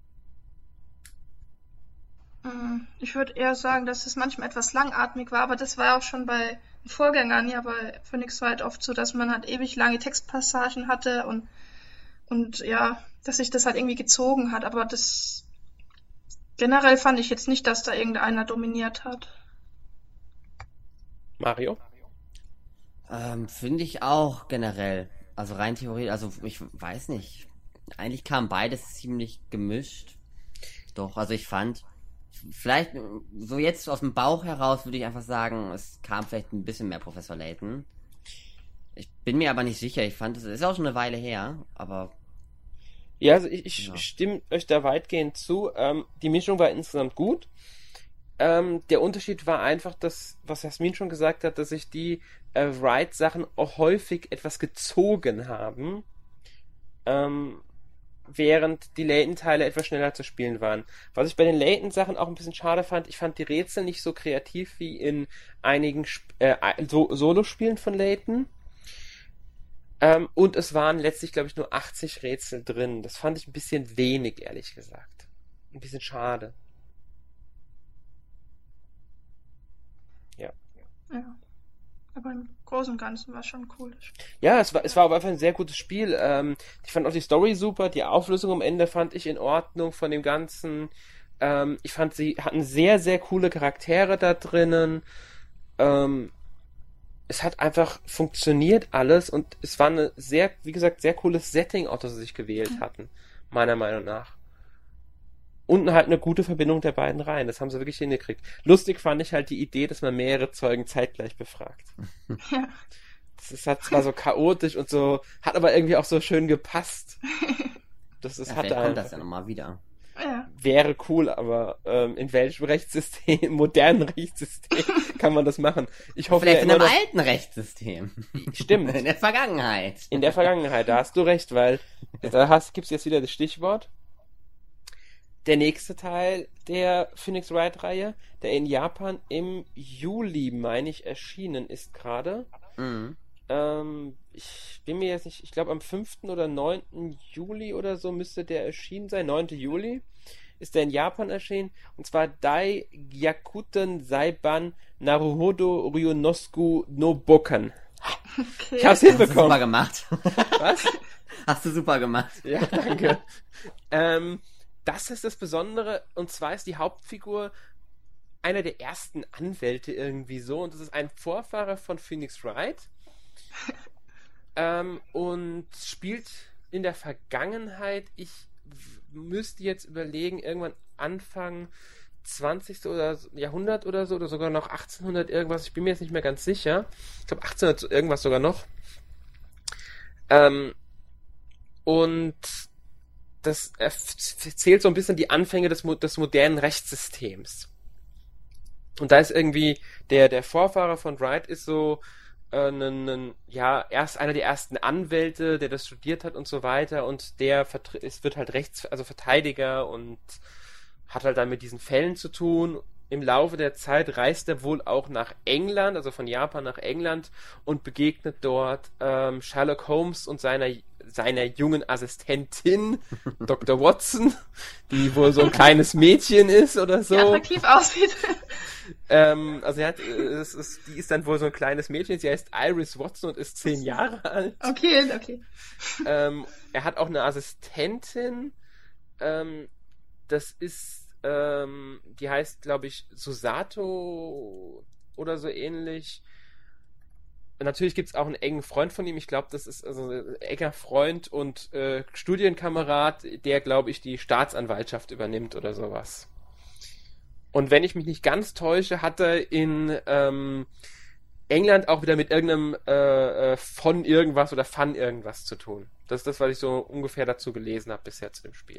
Mm, Ich würde eher sagen, dass es manchmal etwas langatmig war, aber das war auch schon bei den Vorgängern ja bei Phoenix Wright oft so, dass man halt ewig lange Textpassagen hatte und, und ja, dass sich das halt irgendwie gezogen hat, aber das generell fand ich jetzt nicht, dass da irgendeiner dominiert hat. Mario? Ähm, finde ich auch generell. Also rein theoretisch, also ich weiß nicht. Eigentlich kam beides ziemlich gemischt. Doch, also ich fand, vielleicht so jetzt aus dem Bauch heraus würde ich einfach sagen, es kam vielleicht ein bisschen mehr Professor Layton. Ich bin mir aber nicht sicher. Ich fand, es ist auch schon eine Weile her, aber Ja, also ich, ich Ja. stimme euch da weitgehend zu. Ähm, die Mischung war insgesamt gut. Ähm, der Unterschied war einfach, dass, was Jasmin schon gesagt hat, dass sich die äh, Wright-Sachen auch häufig etwas gezogen haben, ähm, während die Layton-Teile etwas schneller zu spielen waren. Was ich bei den Layton-Sachen auch ein bisschen schade fand, ich fand die Rätsel nicht so kreativ wie in einigen Sp- äh, so Solospielen von Layton. Ähm, und es waren letztlich, glaube ich, nur achtzig Rätsel drin. Das fand ich ein bisschen wenig, ehrlich gesagt. Ein bisschen schade. Ja. Ja. Aber im Großen und Ganzen war es schon cool. Ja, es war, es war aber einfach ein sehr gutes Spiel. Ähm, ich fand auch die Story super, die Auflösung am Ende fand ich in Ordnung von dem Ganzen. Ähm, ich fand, sie hatten sehr, sehr coole Charaktere da drinnen. Ähm, es hat einfach funktioniert alles und es war eine sehr, wie gesagt, sehr cooles Setting auch, das sie sich gewählt hatten, meiner Meinung nach. Und halt eine gute Verbindung der beiden Reihen. Das haben sie wirklich hingekriegt. Lustig fand ich halt die Idee, dass man mehrere Zeugen zeitgleich befragt. Ja. Das ist halt zwar so chaotisch und so, hat aber irgendwie auch so schön gepasst. Das ist, ja, hat vielleicht kommt das einfach, ja nochmal wieder. Ja. wäre cool, aber ähm, in welchem Rechtssystem, modernen Rechtssystem kann man das machen? Ich hoffe Vielleicht ja in immer einem noch, alten Rechtssystem. stimmt, In der Vergangenheit. in der Vergangenheit, da hast du recht, weil da hast, gibt's jetzt wieder das Stichwort. Der nächste Teil der Phoenix Wright-Reihe, der in Japan im Juli, meine ich, erschienen ist gerade. Mhm. Ähm, ich bin mir jetzt nicht, ich glaube am fünften oder neunten Juli oder so müsste der erschienen sein. neunten Juli ist der in Japan erschienen. Und zwar Dai Gyakuten Saiban Naruhodo Ryunosku no Bokan. Okay. Ich hab's Hast du hinbekommen. super gemacht. Was? Hast du super gemacht. Ja, danke. ähm, das ist das Besondere, und zwar ist die Hauptfigur einer der ersten Anwälte irgendwie so, und das ist ein Vorfahre von Phoenix Wright ähm, und spielt in der Vergangenheit, ich w- müsste jetzt überlegen, irgendwann Anfang zwanzigsten oder so- Jahrhundert oder so, oder sogar noch achtzehnhundert irgendwas, ich bin mir jetzt nicht mehr ganz sicher, ich glaube achtzehnhundert irgendwas sogar noch, ähm, und das erzählt so ein bisschen die Anfänge des, mo- des modernen Rechtssystems. Und da ist irgendwie, der, der Vorfahre von Wright ist so, äh, ein, ein, ja, erst einer der ersten Anwälte, der das studiert hat und so weiter, und der vertr- ist, wird halt Rechts, also Verteidiger und hat halt dann mit diesen Fällen zu tun. Im Laufe der Zeit reist er wohl auch nach England, also von Japan nach England, und begegnet dort ähm, Sherlock Holmes und seiner seiner jungen Assistentin, Doktor Watson, die wohl so ein kleines Mädchen ist oder so. Die attraktiv aussieht. Ähm, also er hat, äh, es ist, die ist dann wohl so ein kleines Mädchen, sie heißt Iris Watson und ist zehn Jahre alt. Okay, okay. Ähm, er hat auch eine Assistentin, ähm, das ist, ähm, die heißt, glaube ich, Susato oder so ähnlich. Natürlich gibt es auch einen engen Freund von ihm, ich glaube, das ist also ein enger Freund und äh, Studienkamerad, der, glaube ich, die Staatsanwaltschaft übernimmt oder sowas. Und wenn ich mich nicht ganz täusche, hat er in ähm, England auch wieder mit irgendeinem äh, äh, von irgendwas oder von irgendwas zu tun. Das ist das, was ich so ungefähr dazu gelesen habe bisher zu dem Spiel.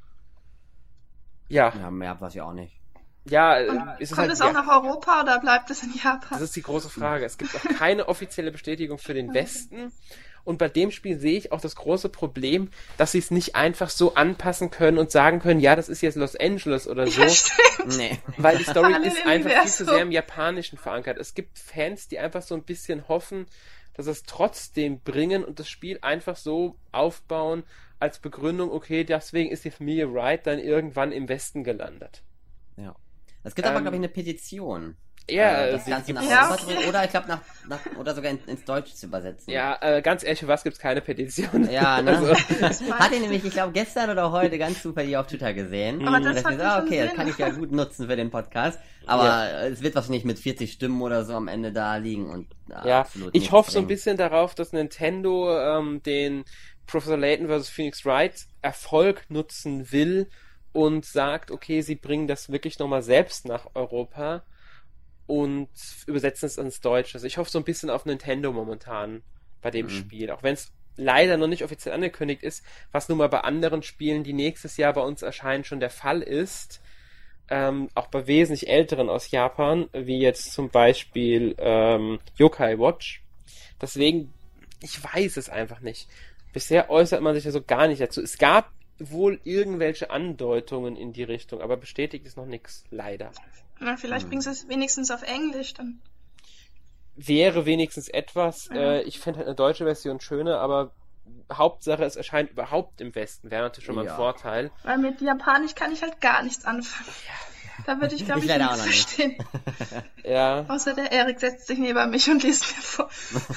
Ja, Ja, mehr weiß ich auch nicht. ja, äh, Und ist es kommt halt, es auch ja, nach Europa oder bleibt es in Japan? das ist die große Frage. Es gibt noch keine offizielle Bestätigung für den Westen. Und bei dem Spiel sehe ich auch das große Problem, dass sie es nicht einfach so anpassen können und sagen können, ja, das ist jetzt Los Angeles oder so. Ja, stimmt. Nee. Weil die Story Parallel ist einfach viel zu Universum. sehr im Japanischen verankert. Es gibt Fans, die einfach so ein bisschen hoffen, dass es trotzdem bringen und das Spiel einfach so aufbauen als Begründung, okay, deswegen ist die Familie Wright dann irgendwann im Westen gelandet. Ja. Es gibt aber, Ähm, glaube ich, eine Petition. Ja, äh, das sie- Ganze nach Ja, Europa okay. zu bringen oder ich glaube nach, nach oder sogar in, ins Deutsche zu übersetzen. Ja, äh, ganz ehrlich, für was gibt's keine Petition? Ja, ne? Also, Hatte ich nämlich, ich glaube, gestern oder heute ganz zufällig auf Twitter gesehen. Aber Und das dachte hat mir so, schon ah, okay, das Sinn. kann ich ja gut nutzen für den Podcast. Aber Ja. es wird wahrscheinlich mit vierzig Stimmen oder so am Ende da liegen und ah, ja, absolut ich nichts hoffe so ein bringen. bisschen darauf, dass Nintendo ähm, den Professor Layton versus. Phoenix Wright Erfolg nutzen will und sagt, okay, sie bringen das wirklich nochmal selbst nach Europa und übersetzen es ins Deutsche. Also ich hoffe so ein bisschen auf Nintendo momentan bei dem Mhm. Spiel, auch wenn es leider noch nicht offiziell angekündigt ist, was nun mal bei anderen Spielen, die nächstes Jahr bei uns erscheinen, schon der Fall ist. Ähm, auch bei wesentlich älteren aus Japan, wie jetzt zum Beispiel ähm, Yokai Watch. Deswegen, ich weiß es einfach nicht. Bisher äußert man sich ja so gar nicht dazu. Es gab wohl irgendwelche Andeutungen in die Richtung, aber bestätigt ist noch nichts, leider. Na, vielleicht Hm. bringen sie es wenigstens auf Englisch dann. Wäre wenigstens etwas, Ja. äh, ich fände halt eine deutsche Version schöner, aber Hauptsache, es erscheint überhaupt im Westen, wäre natürlich schon mal ein Ja. Vorteil. Weil mit Japanisch kann ich halt gar nichts anfangen. Da würde ich, glaube Ich ich, leider nichts auch noch nicht. verstehen. Ja, Außer der Erik setzt sich neben mich und liest mir vor.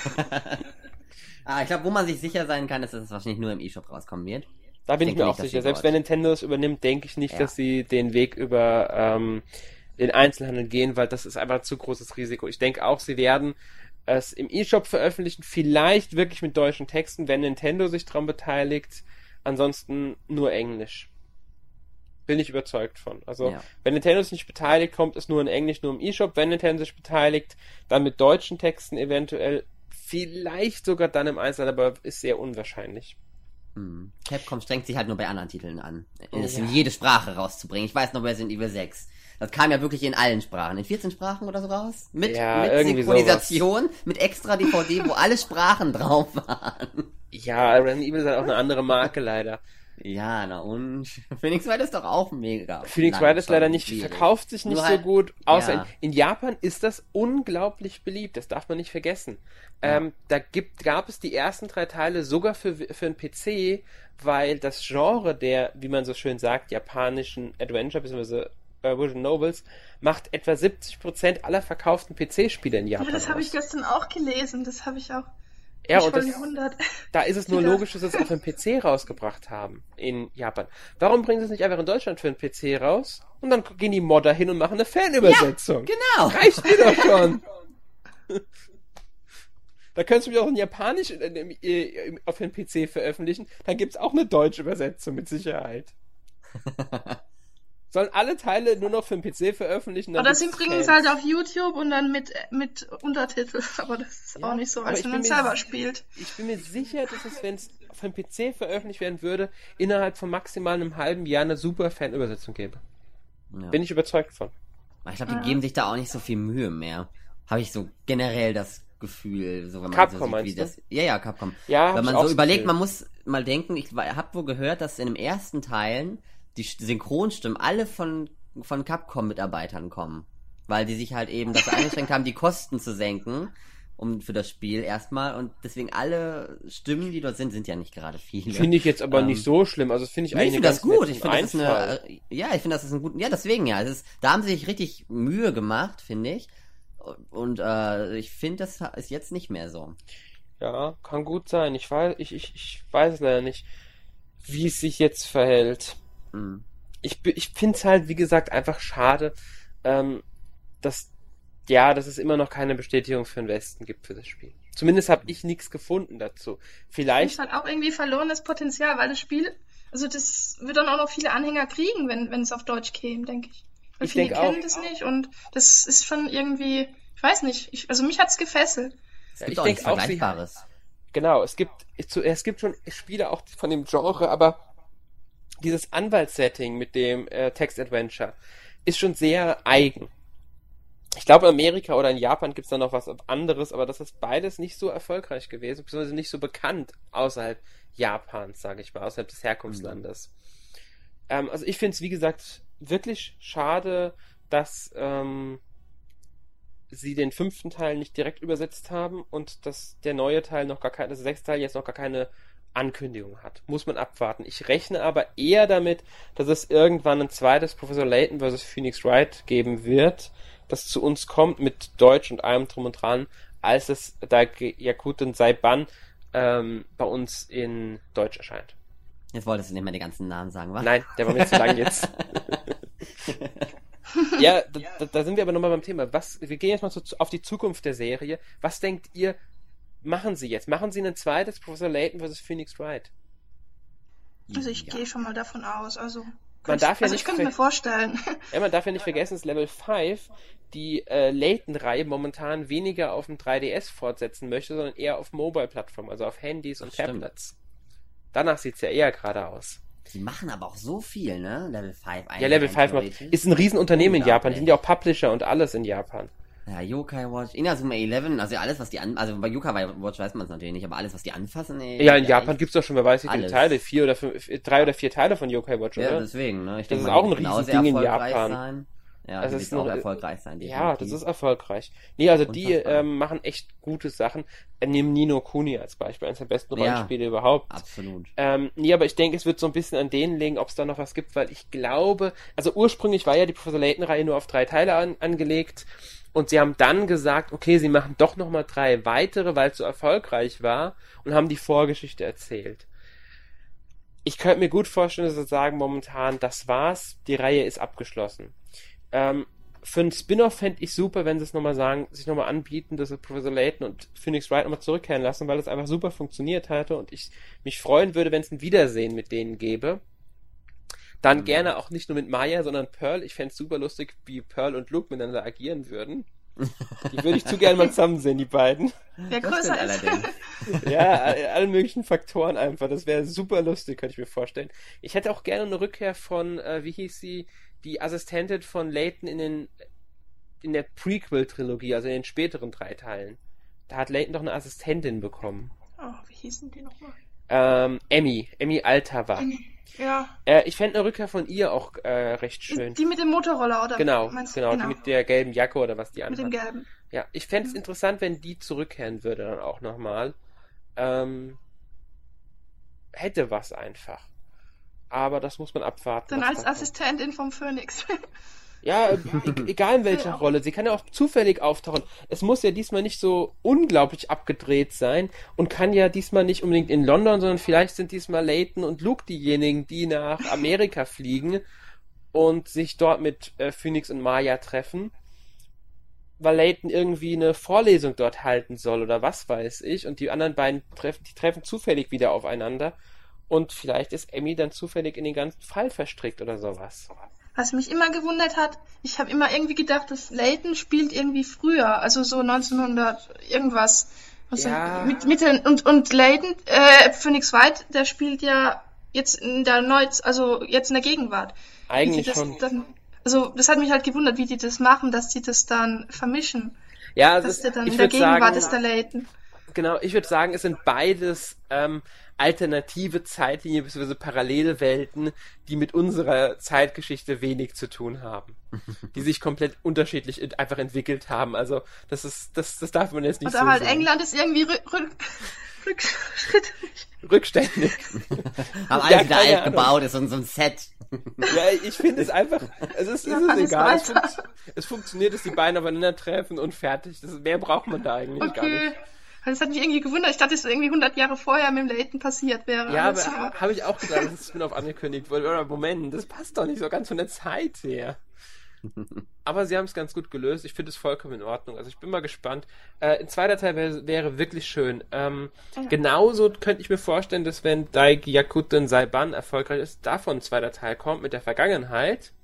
Ah, ich glaube, wo man sich sicher sein kann, ist, dass es wahrscheinlich nur im E-Shop rauskommen wird. da bin ich, denke mir nicht, auch dass sicher. sie Selbst dort- wenn Nintendo es übernimmt, denke ich nicht, Ja. dass sie den Weg über ähm, den Einzelhandel gehen, weil das ist einfach ein zu großes Risiko. Ich denke auch, sie werden es im E-Shop veröffentlichen, vielleicht wirklich mit deutschen Texten, wenn Nintendo sich dran beteiligt, ansonsten nur Englisch. Bin ich überzeugt von. Also, Ja. wenn Nintendo sich nicht beteiligt, kommt es nur in Englisch, nur im E-Shop. Wenn Nintendo sich beteiligt, dann mit deutschen Texten eventuell, vielleicht sogar dann im Einzelhandel, aber ist sehr unwahrscheinlich. Hm. Capcom strengt sich halt nur bei anderen Titeln an, es Ja. in jede Sprache rauszubringen. Ich weiß noch Resident Evil sechs. Das kam ja wirklich in allen Sprachen, in vierzehn Sprachen oder so raus. Mit, Ja, mit irgendwie Synchronisation, mit extra D V D, wo alle Sprachen drauf waren. Ja, Resident Evil ist halt auch eine andere Marke leider. Ja, na und Phoenix Wright ist doch auch mega. Phoenix lang Wright ist schon leider nicht, schwierig. verkauft sich nicht Nur so halt- gut, außer ja. in, in Japan ist das unglaublich beliebt, das darf man nicht vergessen. Ja. Ähm, da gibt, gab es die ersten drei Teile sogar für, für einen P C, weil das Genre der, wie man so schön sagt, japanischen Adventure bzw. äh, Visual Novels, macht etwa siebzig Prozent aller verkauften P C-Spiele in Japan Ja, das habe aus. ich gestern auch gelesen. Das habe ich auch. Ja, ich und das, gewundert. da ist es nur Gedacht. logisch, dass sie es auf dem P C rausgebracht haben in Japan. Warum bringen sie es nicht einfach in Deutschland für den P C raus? Und dann gehen die Modder hin und machen eine Fanübersetzung. Genau. Reicht mir doch schon. Da könntest du mich auch in Japanisch äh, äh, auf den P C veröffentlichen. Dann gibt's auch eine deutsche Übersetzung mit Sicherheit. Sollen alle Teile nur noch für den P C veröffentlichen? Oder sie bringen es halt auf YouTube und dann mit, mit Untertitel. Aber das ist Ja, auch nicht so, aber als ich wenn bin man mir selber s- spielt. Ich bin mir sicher, dass es, wenn es auf dem P C veröffentlicht werden würde, innerhalb von maximal einem halben Jahr eine super Fanübersetzung gäbe. Ja. Bin ich überzeugt von. Ich glaube, die Ja. geben sich da auch nicht so viel Mühe mehr. Habe ich so generell das Gefühl, so wenn man Capcom, so sieht, wie meinst du? das. Ja, ja, Capcom. Ja, hab Wenn ich man auch so das überlegt, Gefühl. man muss mal denken, ich habe wohl gehört, dass in den ersten Teilen die Sch- Synchronstimmen alle von, von Capcom-Mitarbeitern kommen. Weil die sich halt eben das eingeschränkt haben, die Kosten zu senken, um für das Spiel erstmal. Und deswegen alle Stimmen, die dort sind, sind ja nicht gerade viele. Finde ich jetzt aber Ähm, nicht so schlimm. Also das finde ich Nee, ich eigentlich finde eine das ganz gut. netten Ich finde, das ist Einfall. eine, äh, ja, ich finde, das ist ein gut, ja, deswegen ja. Es ist, da haben sie sich richtig Mühe gemacht, finde ich. Und äh, ich finde, das ist jetzt nicht mehr so. Ja, kann gut sein. Ich weiß, ich, ich, ich weiß leider nicht, wie es sich jetzt verhält. Mhm. Ich, bi- ich finde es halt, wie gesagt, einfach schade, ähm, dass, ja, dass es immer noch keine Bestätigung für den Westen gibt für das Spiel. Zumindest habe ich nichts gefunden dazu. Das ist Vielleicht, halt auch irgendwie verlorenes Potenzial, weil das Spiel, also das wird dann auch noch viele Anhänger kriegen, wenn, wenn es auf Deutsch käme, denke ich. Weil Ich viele denk kennen auch. das nicht und das ist schon irgendwie, ich weiß nicht, ich, also mich hat's gefesselt. Es Ja, gibt ich auch denk nichts auch, sie- Vergleichbares. genau, es gibt, es gibt schon Spiele auch von dem Genre, aber dieses Anwaltssetting mit dem äh, Text-Adventure ist schon sehr eigen. Ich glaube, in Amerika oder in Japan gibt's da noch was anderes, aber das ist beides nicht so erfolgreich gewesen, beziehungsweise nicht so bekannt außerhalb Japans, sage ich mal, außerhalb des Herkunftslandes. Ähm, also ich finde es, wie gesagt, wirklich schade, dass ähm, sie den fünften Teil nicht direkt übersetzt haben und dass der neue Teil noch gar keine, das sechste Teil jetzt noch gar keine Ankündigung hat. Muss man abwarten. Ich rechne aber eher damit, dass es irgendwann ein zweites Professor Layton versus Phoenix Wright geben wird, das zu uns kommt mit Deutsch und allem drum und dran, als es Daiki Yakuten Saiban ähm, bei uns in Deutsch erscheint. Jetzt wolltest du nicht mehr die ganzen Namen sagen, was? Nein, der war mir zu lang jetzt. Ja, da, da, da sind wir aber nochmal beim Thema. Was, wir gehen jetzt mal so zu, auf die Zukunft der Serie. Was denkt ihr, machen sie jetzt? Machen sie ein zweites Professor Layton versus Phoenix Wright? Also ich Ja. gehe schon mal davon aus, also. Man darf ja also nicht ich könnte mir ver- vorstellen. Ja, man darf ja nicht vergessen, dass Level fünf die äh, Layton-Reihe momentan weniger auf dem drei D S fortsetzen möchte, sondern eher auf Mobile-Plattformen, also auf Handys und Das stimmt. Tablets. Danach sieht's ja eher gerade aus. Die machen aber auch so viel, ne? Level fünf eigentlich. Ja, Level rein fünf macht, theoretisch. ist ein Riesenunternehmen in Japan. Die Unglaublich. sind ja auch Publisher und alles in Japan. Ja, Yokai Watch, Inazuma elf, also alles, was die an, also bei Yokai Watch weiß man es natürlich nicht, aber alles, was die anfassen, ey. Ja, in echt- Japan gibt's doch schon, wer weiß wie viele alles. Teile, vier oder fünf, drei oder vier Teile von Yokai Watch, Ja, oder? deswegen, ne? Ich Das denk ist mal, auch die ein wird genauso Riesending in erfolgreich Japan. Sein. Ja, Das die ist wird auch noch- erfolgreich sein, Ja, das definitiv. ist erfolgreich. Nee, also die Unfassbar. ähm, machen echt gute Sachen. Äh, Nehmen Ni no Kuni als Beispiel, eines der besten Ja. Rollenspiele überhaupt. Absolut. Ähm, nee, aber ich denke, es wird so ein bisschen an denen liegen, ob es da noch was gibt, weil ich glaube, also ursprünglich war ja die Professor Layton-Reihe nur auf drei Teile an, angelegt und sie haben dann gesagt, okay, sie machen doch nochmal drei weitere, weil es so erfolgreich war und haben die Vorgeschichte erzählt. Ich könnte mir gut vorstellen, dass sie sagen momentan, das war's, die Reihe ist abgeschlossen. Ähm, für einen Spin-off fände ich super, wenn sie es nochmal sagen, sich nochmal anbieten, dass sie Professor Layton und Phoenix Wright nochmal zurückkehren lassen, weil es einfach super funktioniert hatte und ich mich freuen würde, wenn es ein Wiedersehen mit denen gäbe. Dann Mhm. gerne auch nicht nur mit Maya, sondern Pearl. Ich fände es super lustig, wie Pearl und Luke miteinander agieren würden. Die würde ich zu gerne mal zusammen sehen, die beiden. Wer Das größer stimmt ist. allerdings. Ja, all- alle möglichen Faktoren einfach. Das wäre super lustig, könnte ich mir vorstellen. Ich hätte auch gerne eine Rückkehr von, äh, wie hieß sie, die Assistentin von Layton in den in der Prequel-Trilogie, also in den späteren drei Teilen. Da hat Layton doch eine Assistentin bekommen. Oh, wie hießen die nochmal? Ähm, Emmy, Emmy Altava. Ja. Äh, ich fände eine Rückkehr von ihr auch äh, recht schön. Die mit dem Motorroller, oder? Genau, Meinst du? genau, die mit der gelben Jacke oder was die Mit dem anhat. gelben. Ja, ich fände es interessant, wenn die zurückkehren würde dann auch nochmal. Ähm, hätte was einfach. Aber das muss man abwarten. Dann was als da kommt. Assistentin vom Phoenix. Ja, e- egal in welcher Rolle. Sie kann ja auch zufällig auftauchen. Es muss ja diesmal nicht so unglaublich abgedreht sein und kann ja diesmal nicht unbedingt in London, sondern vielleicht sind diesmal Layton und Luke diejenigen, die nach Amerika fliegen und sich dort mit äh, Phoenix und Maya treffen, weil Layton irgendwie eine Vorlesung dort halten soll oder was weiß ich, und die anderen beiden treffen, die treffen zufällig wieder aufeinander und vielleicht ist Emmy dann zufällig in den ganzen Fall verstrickt oder sowas. Was mich immer gewundert hat, ich habe immer irgendwie gedacht, dass Layton spielt irgendwie früher, also so neunzehnhundert irgendwas. Also Ja. mit, mit den, und, und Layton, äh, Phoenix Wright, der spielt ja jetzt in der Neuz, also jetzt in der Gegenwart. Wie Eigentlich die das schon. Dann, also das hat mich halt gewundert, wie die das machen, dass die das dann vermischen. Ja, also Dass der dann ich in der würde Gegenwart sagen, ist der Layton. genau, ich würde sagen, es sind beides ähm, alternative Zeitlinien bzw. Parallelwelten, die mit unserer Zeitgeschichte wenig zu tun haben. Die sich komplett unterschiedlich ent- einfach entwickelt haben. Also das ist, das, das darf man jetzt nicht Oder so halt sehen. England ist irgendwie rück, rück, rückschritt. Rückständig. Haben Ja, alles wieder keine alt Ahnung. gebaut, ist so, so ein Set. Ja, ich finde es einfach, es ist, Ja, es ist alles egal. Es, weiter. funkt, es funktioniert, dass die beiden aufeinandertreffen und fertig. Das, mehr braucht man da eigentlich gar Okay. nicht. Das hat mich irgendwie gewundert. Ich dachte, es irgendwie hundert Jahre vorher mit dem Layton passiert wäre. Ja, Also, aber habe ich auch gedacht, dass es Spin-off angekündigt wurde. Oder Moment, das passt doch nicht so ganz von der Zeit her. Aber sie haben es ganz gut gelöst. Ich finde es vollkommen in Ordnung. Also ich bin mal gespannt. Äh, ein zweiter Teil wär, wäre wirklich schön. Ähm, Ja. Genauso könnte ich mir vorstellen, dass wenn Daiki Yakuten Saiban erfolgreich ist, davon ein zweiter Teil kommt mit der Vergangenheit.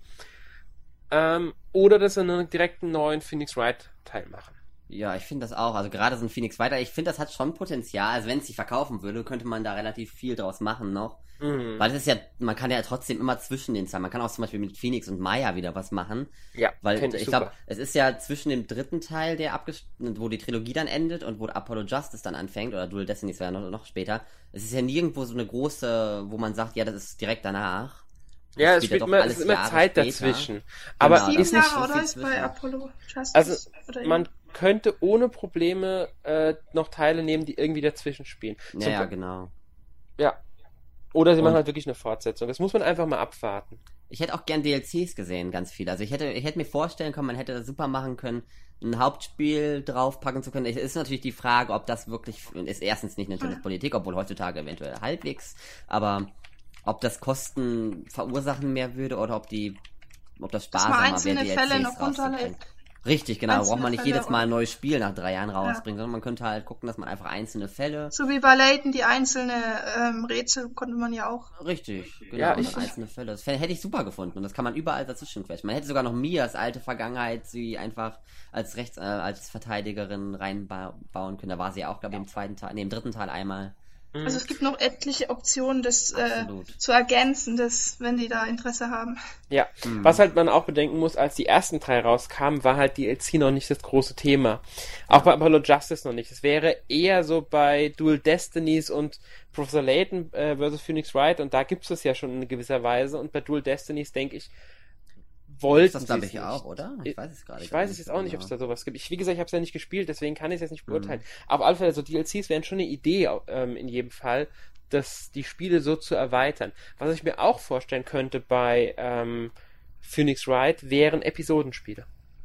Ähm, oder dass sie einen direkten neuen Phoenix Wright Teil machen. Ja, ich finde das auch. Also gerade so ein Phoenix weiter, ich finde, das hat schon Potenzial. Also wenn es sich verkaufen würde, könnte man da relativ viel draus machen noch. Mhm. Weil es ist ja, man kann ja trotzdem immer zwischen den Zahlen. Man kann auch zum Beispiel mit Phoenix und Maya wieder was machen. Ja, Weil fänd ich super. glaube, es ist ja zwischen dem dritten Teil, der abges wo die Trilogie dann endet und wo Apollo Justice dann anfängt, oder Dual Destinies war ja noch, noch später. Es ist ja nirgendwo so eine große, wo man sagt, ja, das ist direkt danach. Ja, Das es spielt ja spielt doch immer, es alles ist immer Jahre Zeit später. dazwischen. Aber Genau, sieben ist das nicht, Jahre, so oder? viel Ist bei zwischen. Apollo Justice. also oder man könnte ohne Probleme äh, noch Teile nehmen, die irgendwie dazwischen spielen. Zum Ja, ja, Be- genau. ja. Oder sie Und- machen halt wirklich eine Fortsetzung. Das muss man einfach mal abwarten. Ich hätte auch gern D L Cs gesehen, ganz viel. Also ich hätte, ich hätte mir vorstellen können, man hätte das super machen können, ein Hauptspiel draufpacken zu können. Es ist natürlich die Frage, ob das wirklich, ist erstens nicht Nintendos Politik, obwohl heutzutage eventuell halbwegs, aber ob das Kosten verursachen mehr würde oder ob die, ob das Dass man sparsamer wäre, einzelne D L Cs Fälle noch rauszubringen. runterlädt. Richtig, genau. Einzelne Braucht man nicht Fälle jedes Mal ein und- neues Spiel nach drei Jahren rausbringen, sondern man könnte halt gucken, dass man einfach einzelne Fälle. So wie bei Layton die einzelne ähm, Rätsel konnte man ja auch. Richtig, genau. Ja, und ich- dann einzelne Fälle. Das hätte ich super gefunden und das kann man überall dazwischen quetschen. Man hätte sogar noch Mias alte Vergangenheit, sie einfach als Rechts, äh, als Verteidigerin reinbauen können. Da war sie auch, glaube ich, im zweiten Teil, nee, im dritten Teil einmal. Also es gibt noch etliche Optionen, das äh, Absolut. zu ergänzen, das, wenn die da Interesse haben. Ja, Mhm. was halt man auch bedenken muss, als die ersten drei rauskamen, war halt D L C noch nicht das große Thema. Auch bei Apollo Justice noch nicht. Es wäre eher so bei Dual Destinies und Professor Layton äh, versus Phoenix Wright, und da gibt es ja schon in gewisser Weise, und bei Dual Destinies, denke ich, wollten Ist das, glaube sie ich, es auch, nicht. oder? Ich weiß es gerade Ich gar weiß es jetzt auch nicht, ob es genau. da sowas gibt. Ich, wie gesagt, ich habe es ja nicht gespielt, deswegen kann ich es jetzt nicht beurteilen. Mhm. Aber auf alle Fälle, so D L Cs wären schon eine Idee ähm, in jedem Fall, dass die Spiele so zu erweitern. Was ich mir auch vorstellen könnte bei ähm, Phoenix Wright, wären Episodenspiele.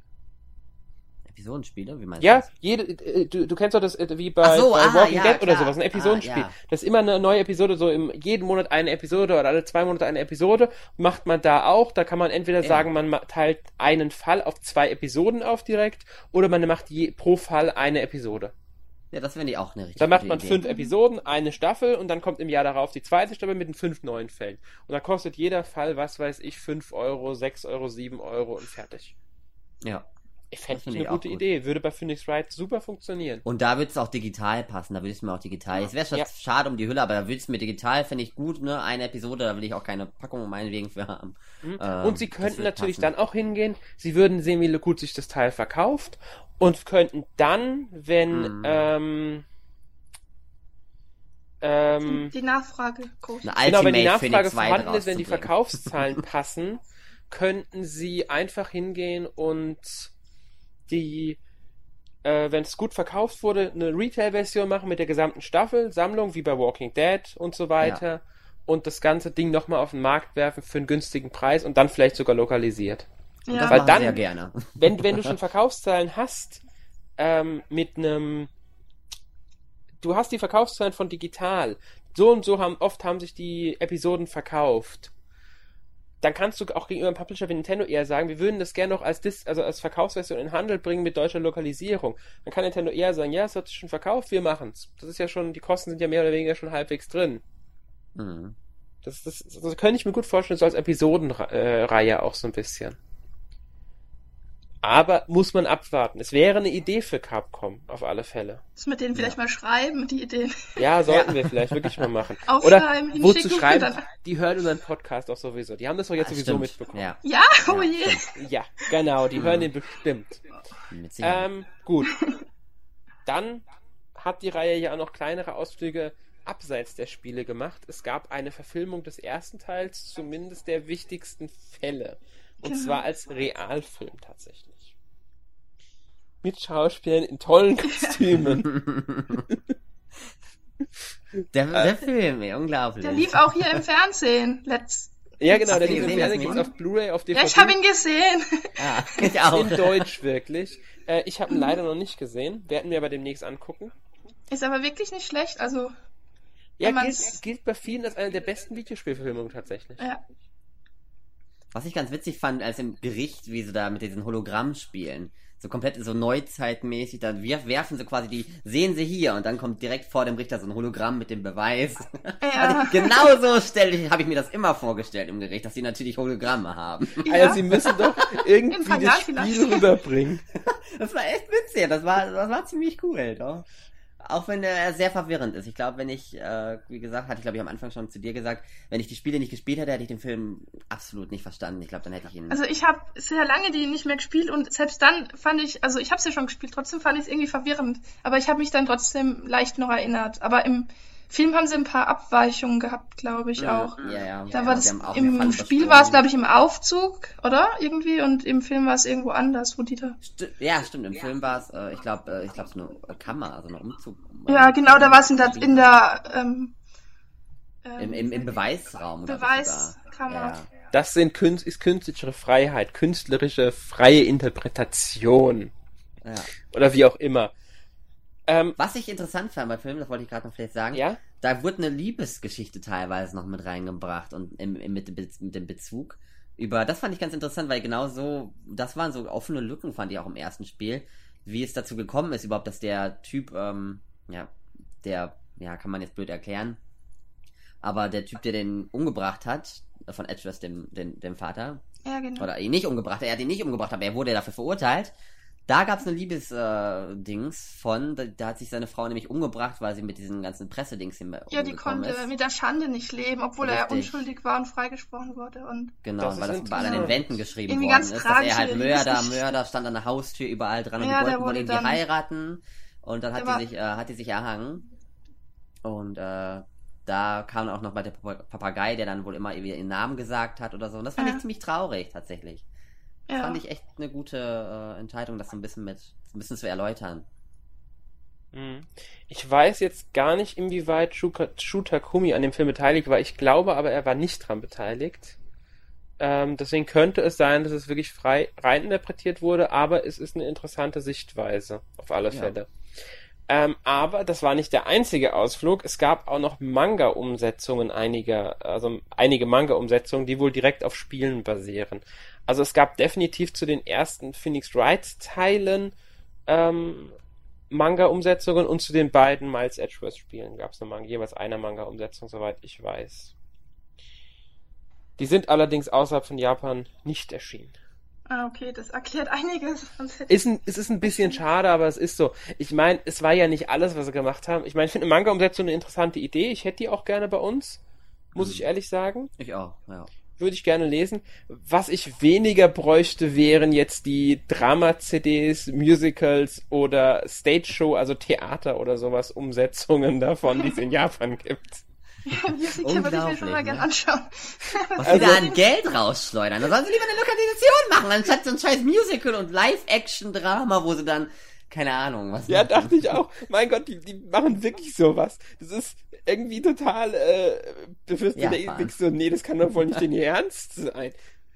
Episodenspiele, wie meinst du Ja, das? jede, äh, du, du kennst doch das äh, wie bei, Ach so, bei aha, Walking ja, Dead oder klar. sowas, ein Episodenspiel. Ah, ja. Das ist immer eine neue Episode, so im jeden Monat eine Episode oder alle zwei Monate eine Episode. Macht man da auch. Da kann man entweder Ja. sagen, man ma- teilt einen Fall auf zwei Episoden auf direkt, oder man macht je, pro Fall eine Episode. Ja, das wäre die auch eine richtig Dann macht gute man Idee. fünf Episoden, eine Staffel, und dann kommt im Jahr darauf die zweite Staffel mit den fünf neuen Fällen. Und dann kostet jeder Fall, was weiß ich, fünf Euro, sechs Euro, sieben Euro und fertig. Ja. Ich fände Das ich finde eine ich auch gute gut. Idee. Würde bei Phoenix Wright super funktionieren. Und da würde es auch digital passen, da würde ich mir auch digital. Es wäre schon Ja. schade um die Hülle, aber da würde es mir digital, finde ich gut, ne? Eine Episode, da will ich auch keine Packung meinetwegen für haben. Mhm. Ähm, Und sie das könnten wird natürlich passen. dann auch hingehen, sie würden sehen, wie gut sich das Teil verkauft, und könnten dann, wenn Mhm. ähm, ähm, Die Nachfrage groß. Eine genau, wenn die Ultimate Nachfrage Phoenix Wright vorhanden ist, wenn die rauszubringen. Verkaufszahlen passen, könnten sie einfach hingehen und die, äh, wenn es gut verkauft wurde, eine Retail-Version machen mit der gesamten Staffel, Sammlung, wie bei Walking Dead und so weiter, und das ganze Ding nochmal auf den Markt werfen für einen günstigen Preis und dann vielleicht sogar lokalisiert. Und Ja. das Weil machen dann- sie ja gerne. Wenn, wenn du schon Verkaufszahlen hast, ähm, mit einem, du hast die Verkaufszahlen von digital, so und so haben, oft haben sich die Episoden verkauft. Dann kannst du auch gegenüber einem Publisher wie Nintendo eher sagen, wir würden das gerne noch als Dis, also als Verkaufsversion in den Handel bringen mit deutscher Lokalisierung. Dann kann Nintendo eher sagen, ja, es wird schon verkauft, wir machen's. Das ist ja schon, die Kosten sind ja mehr oder weniger schon halbwegs drin. Mhm. Das, das, das könnte ich mir gut vorstellen, so als Episodenreihe auch so ein bisschen. Aber muss man abwarten. Es wäre eine Idee für Capcom, auf alle Fälle. Muss mit denen vielleicht mal schreiben, die Ideen. Ja, sollten wir vielleicht wirklich mal machen. Aufschreiben, Oder wozu hinschicken schreiben, und dann- die hören unseren Podcast auch sowieso. Die haben das doch jetzt Ah, sowieso stimmt. mitbekommen. Ja, Ja, oh Ja, je. Ja, genau, die hören den bestimmt. mit Sicherheit. Ähm, gut. Dann hat die Reihe ja auch noch kleinere Ausflüge abseits der Spiele gemacht. Es gab eine Verfilmung des ersten Teils, zumindest der wichtigsten Fälle. Und Genau. zwar als Realfilm tatsächlich. Mit Schauspielern in tollen Kostümen. der, der Film, ey, unglaublich. Der lief auch hier im Fernsehen. Letzt. Ja, genau, Hast der du lief im gesehen, Fernsehen, Jasmin? gibt's auf Blu-ray, auf D V D. Ja, ich habe ihn gesehen. Ah, ich auch. In Deutsch wirklich. Äh, ich habe ihn leider noch nicht gesehen. Werden wir aber demnächst angucken. Ist aber wirklich nicht schlecht. Also, Ja, Wenn gilt, man's- gilt bei vielen als eine der besten Videospielverfilmungen tatsächlich. ja. Was ich ganz witzig fand, als im Gericht, wie sie da mit diesen Hologrammen spielen. So komplett so neuzeitmäßig, da wir- werfen sie quasi die, sehen sie hier und dann kommt direkt vor dem Richter so ein Hologramm mit dem Beweis. Ja. Also genau so stelle ich, habe ich mir das immer vorgestellt im Gericht, dass sie natürlich Hologramme haben. Ja. Also sie müssen doch irgendwie In ein paar das Jahren Spiel vielleicht. rüberbringen. Das war echt witzig, das war, das war ziemlich cool, doch. Auch wenn er sehr verwirrend ist. Ich glaube, wenn ich, äh, wie gesagt, hatte ich glaube ich am Anfang schon zu dir gesagt, wenn ich die Spiele nicht gespielt hätte, hätte ich den Film absolut nicht verstanden. Ich glaube, dann hätte ich ihn... Also ich habe sehr lange die nicht mehr gespielt und selbst dann fand ich, also ich habe es ja schon gespielt, trotzdem fand ich es irgendwie verwirrend. Aber ich habe mich dann trotzdem leicht noch erinnert. Aber im Film haben sie ein paar Abweichungen gehabt, glaube ich auch. Ja, ja. Da ja, war sie das, haben auch im mehrfach Spiel übersprungen. war es, glaube ich, im Aufzug, oder? Irgendwie, und im Film war es irgendwo anders, wo die da... Sti- Ja, stimmt. Im Film war es, äh, ich glaube, äh, ich glaube, so eine Kammer, also ein Umzug. Ja, genau, da war es in der, in der ähm, ähm, Im, im, im Beweisraum. glaub ich Beweiskammer. sogar. Ja, Das sind Künst, ist künstlerische Freiheit, künstlerische freie Interpretation. ja. Oder wie auch immer. Ähm, Was ich interessant fand beim Film, das wollte ich gerade noch vielleicht sagen, ja? da wurde eine Liebesgeschichte teilweise noch mit reingebracht und im, im, mit, dem Be- mit dem Bezug über, das fand ich ganz interessant, weil genau so, das waren so offene Lücken, fand ich auch im ersten Spiel, wie es dazu gekommen ist überhaupt, dass der Typ, ähm, ja, der, ja, kann man jetzt blöd erklären, aber der Typ, der den umgebracht hat, von Edgeworth, dem, dem, dem Vater, Ja, genau. oder ihn nicht umgebracht, er hat ihn nicht umgebracht, aber er wurde dafür verurteilt. Da gab's eine Liebes-Dings äh, Dings von, da, da hat sich seine Frau nämlich umgebracht, weil sie mit diesen ganzen Pressedings hin Ja, die umgekommen konnte ist. mit der Schande nicht leben, obwohl er Richtig. unschuldig war und freigesprochen wurde. Und Genau, Das ist weil das überall an den interessant. Wänden geschrieben Irgendwie worden ganz ist, dass er tragische halt Mörder, Geschichte. Mörder, stand an der Haustür überall dran und Ja, die der wollten wohl wurde irgendwie dann- heiraten und dann hat Der die war- sich, äh, hat die sich erhangen und äh, da kam auch noch bei der Papa- Papagei, der dann wohl immer irgendwie ihren Namen gesagt hat oder so und das fand Ja. ich ziemlich traurig tatsächlich. ja. Fand ich echt eine gute äh, Entscheidung, das so ein bisschen mit, so ein bisschen zu erläutern. Mhm. Ich weiß jetzt gar nicht, inwieweit Shuka, Shu Takumi an dem Film beteiligt war. Ich glaube aber, er war nicht dran beteiligt. Ähm, deswegen könnte es sein, dass es wirklich frei reininterpretiert wurde, aber es ist eine interessante Sichtweise, auf alle Ja. Fälle. Ähm, aber das war nicht der einzige Ausflug. Es gab auch noch Manga-Umsetzungen einiger, also einige Manga-Umsetzungen, die wohl direkt auf Spielen basieren. Also es gab definitiv zu den ersten Phoenix Wright-Teilen ähm, Manga-Umsetzungen und zu den beiden Miles Edgeworth-Spielen gab es eine Manga, jeweils eine Manga-Umsetzung, soweit ich weiß. Die sind allerdings außerhalb von Japan nicht erschienen. Ah, okay, das erklärt einiges. Sonst hätte Ist ein, es ist ein bisschen schade, aber es ist so. Ich meine, es war ja nicht alles, was sie gemacht haben. Ich meine, ich finde eine Manga-Umsetzung eine interessante Idee. Ich hätte die auch gerne bei uns, muss ich ehrlich sagen. Ich auch, ja. Würde ich gerne lesen. Was ich weniger bräuchte, wären jetzt die Drama-C Ds, Musicals oder Stage-Show, also Theater oder sowas, Umsetzungen davon, die es in Japan gibt. Musical würde ich mir schon mal Unglaublich, gern ne? anschauen. Was Also- die da an Geld rausschleudern. Da sollen sie lieber eine Lokalisation machen, anstatt so ein scheiß Musical und Live-Action-Drama, wo sie dann, keine Ahnung, was Ja, machen. dachte ich auch. Mein Gott, die, die machen wirklich sowas. Das ist irgendwie total, äh, du wirst Ja, dir Wahnsinn. denkst so, nee, das kann doch wohl nicht in ihr Ernst sein.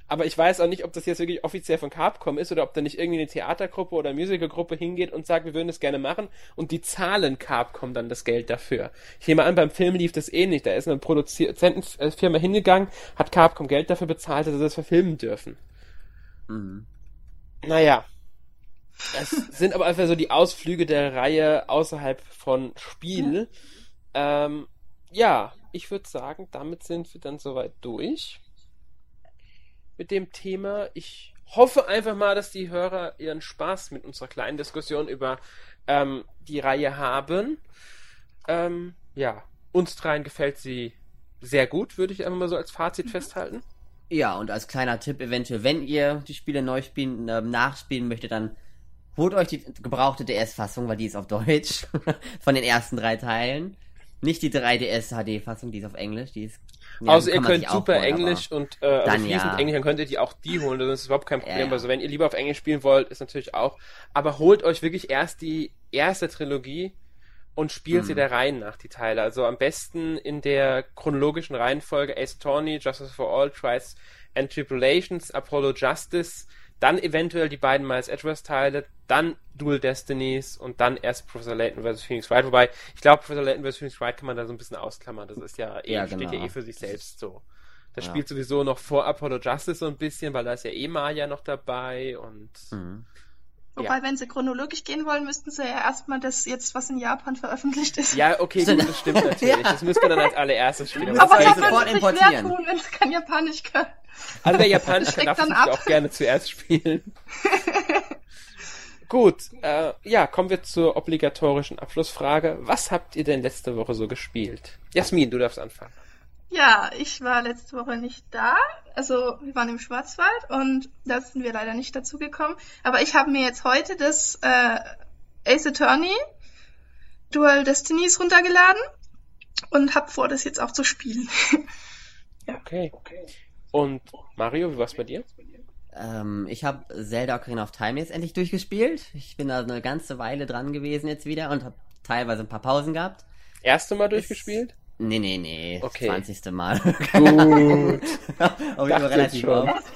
aber ich weiß auch nicht, ob das jetzt wirklich offiziell von Capcom ist oder ob da nicht irgendwie eine Theatergruppe oder Musicalgruppe hingeht und sagt, wir würden das gerne machen und die zahlen Capcom dann das Geld dafür. Ich nehme an, beim Film lief das ähnlich. Da ist eine Produzentenfirma hingegangen, hat Capcom Geld dafür bezahlt, dass sie das verfilmen dürfen. Mhm. Naja. Es sind aber einfach so die Ausflüge der Reihe außerhalb von Spiel. Ja, ähm, ja ich würde sagen, damit sind wir dann soweit durch mit dem Thema. Ich hoffe einfach mal, dass die Hörer ihren Spaß mit unserer kleinen Diskussion über ähm, die Reihe haben. Ähm, ja, uns dreien gefällt sie sehr gut, würde ich einfach mal so als Fazit mhm. festhalten. Ja, und als kleiner Tipp eventuell, wenn ihr die Spiele neu spielen, äh, nachspielen möchtet, dann holt euch die gebrauchte D S-Fassung, weil die ist auf Deutsch, von den ersten drei Teilen. Nicht die drei D S H D-Fassung, die ist auf Englisch, die ist... Ja, also ihr könnt super holen, Englisch und äh, also fließend ja. Englisch, dann könnt ihr die auch die holen, das ist überhaupt kein Problem. Ja, ja. Also wenn ihr lieber auf Englisch spielen wollt, ist natürlich auch, aber holt euch wirklich erst die erste Trilogie und spielt hm. sie der Reihe nach, die Teile. Also am besten in der chronologischen Reihenfolge Ace Attorney, Justice for All, Trials and Tribulations, Apollo Justice, dann eventuell die beiden Miles Edgeworth-Teile, dann Dual Destinies und dann erst Professor Layton versus. Phoenix Wright. Wobei, ich glaube, Professor Layton versus. Phoenix Wright kann man da so ein bisschen ausklammern. Das ist ja eh, ja, steht genau. ja eh für sich selbst so. Das ja. spielt sowieso noch vor Apollo Justice so ein bisschen, weil da ist ja eh Maya noch dabei und... Mhm. Wobei, ja. wenn sie chronologisch gehen wollen, müssten sie ja erstmal das jetzt, was in Japan veröffentlicht ist. Ja, okay, gut, das stimmt natürlich. ja. Das müsste man dann als allererstes spielen. Aber da können sie sich schwer tun, wenn sie kein Japanisch können. Also wer Japanisch kann, darf es auch gerne zuerst spielen. Gut, äh, ja, kommen wir zur obligatorischen Abschlussfrage. Was habt ihr denn letzte Woche so gespielt? Jasmin, du darfst anfangen. Ja, ich war letzte Woche nicht da. Also wir waren im Schwarzwald und da sind wir leider nicht dazu gekommen. Aber ich habe mir jetzt heute das äh, Ace Attorney Dual Destinies runtergeladen und habe vor, das jetzt auch zu spielen. ja. Okay. Und Mario, wie war's bei dir? Ähm, ich habe Zelda Ocarina of Time jetzt endlich durchgespielt. Ich bin da eine ganze Weile dran gewesen jetzt wieder und habe teilweise ein paar Pausen gehabt. Erste Mal durchgespielt? Es, nee, nee, nee. Okay. zwanzigste Mal. Gut. Aber relativ oft.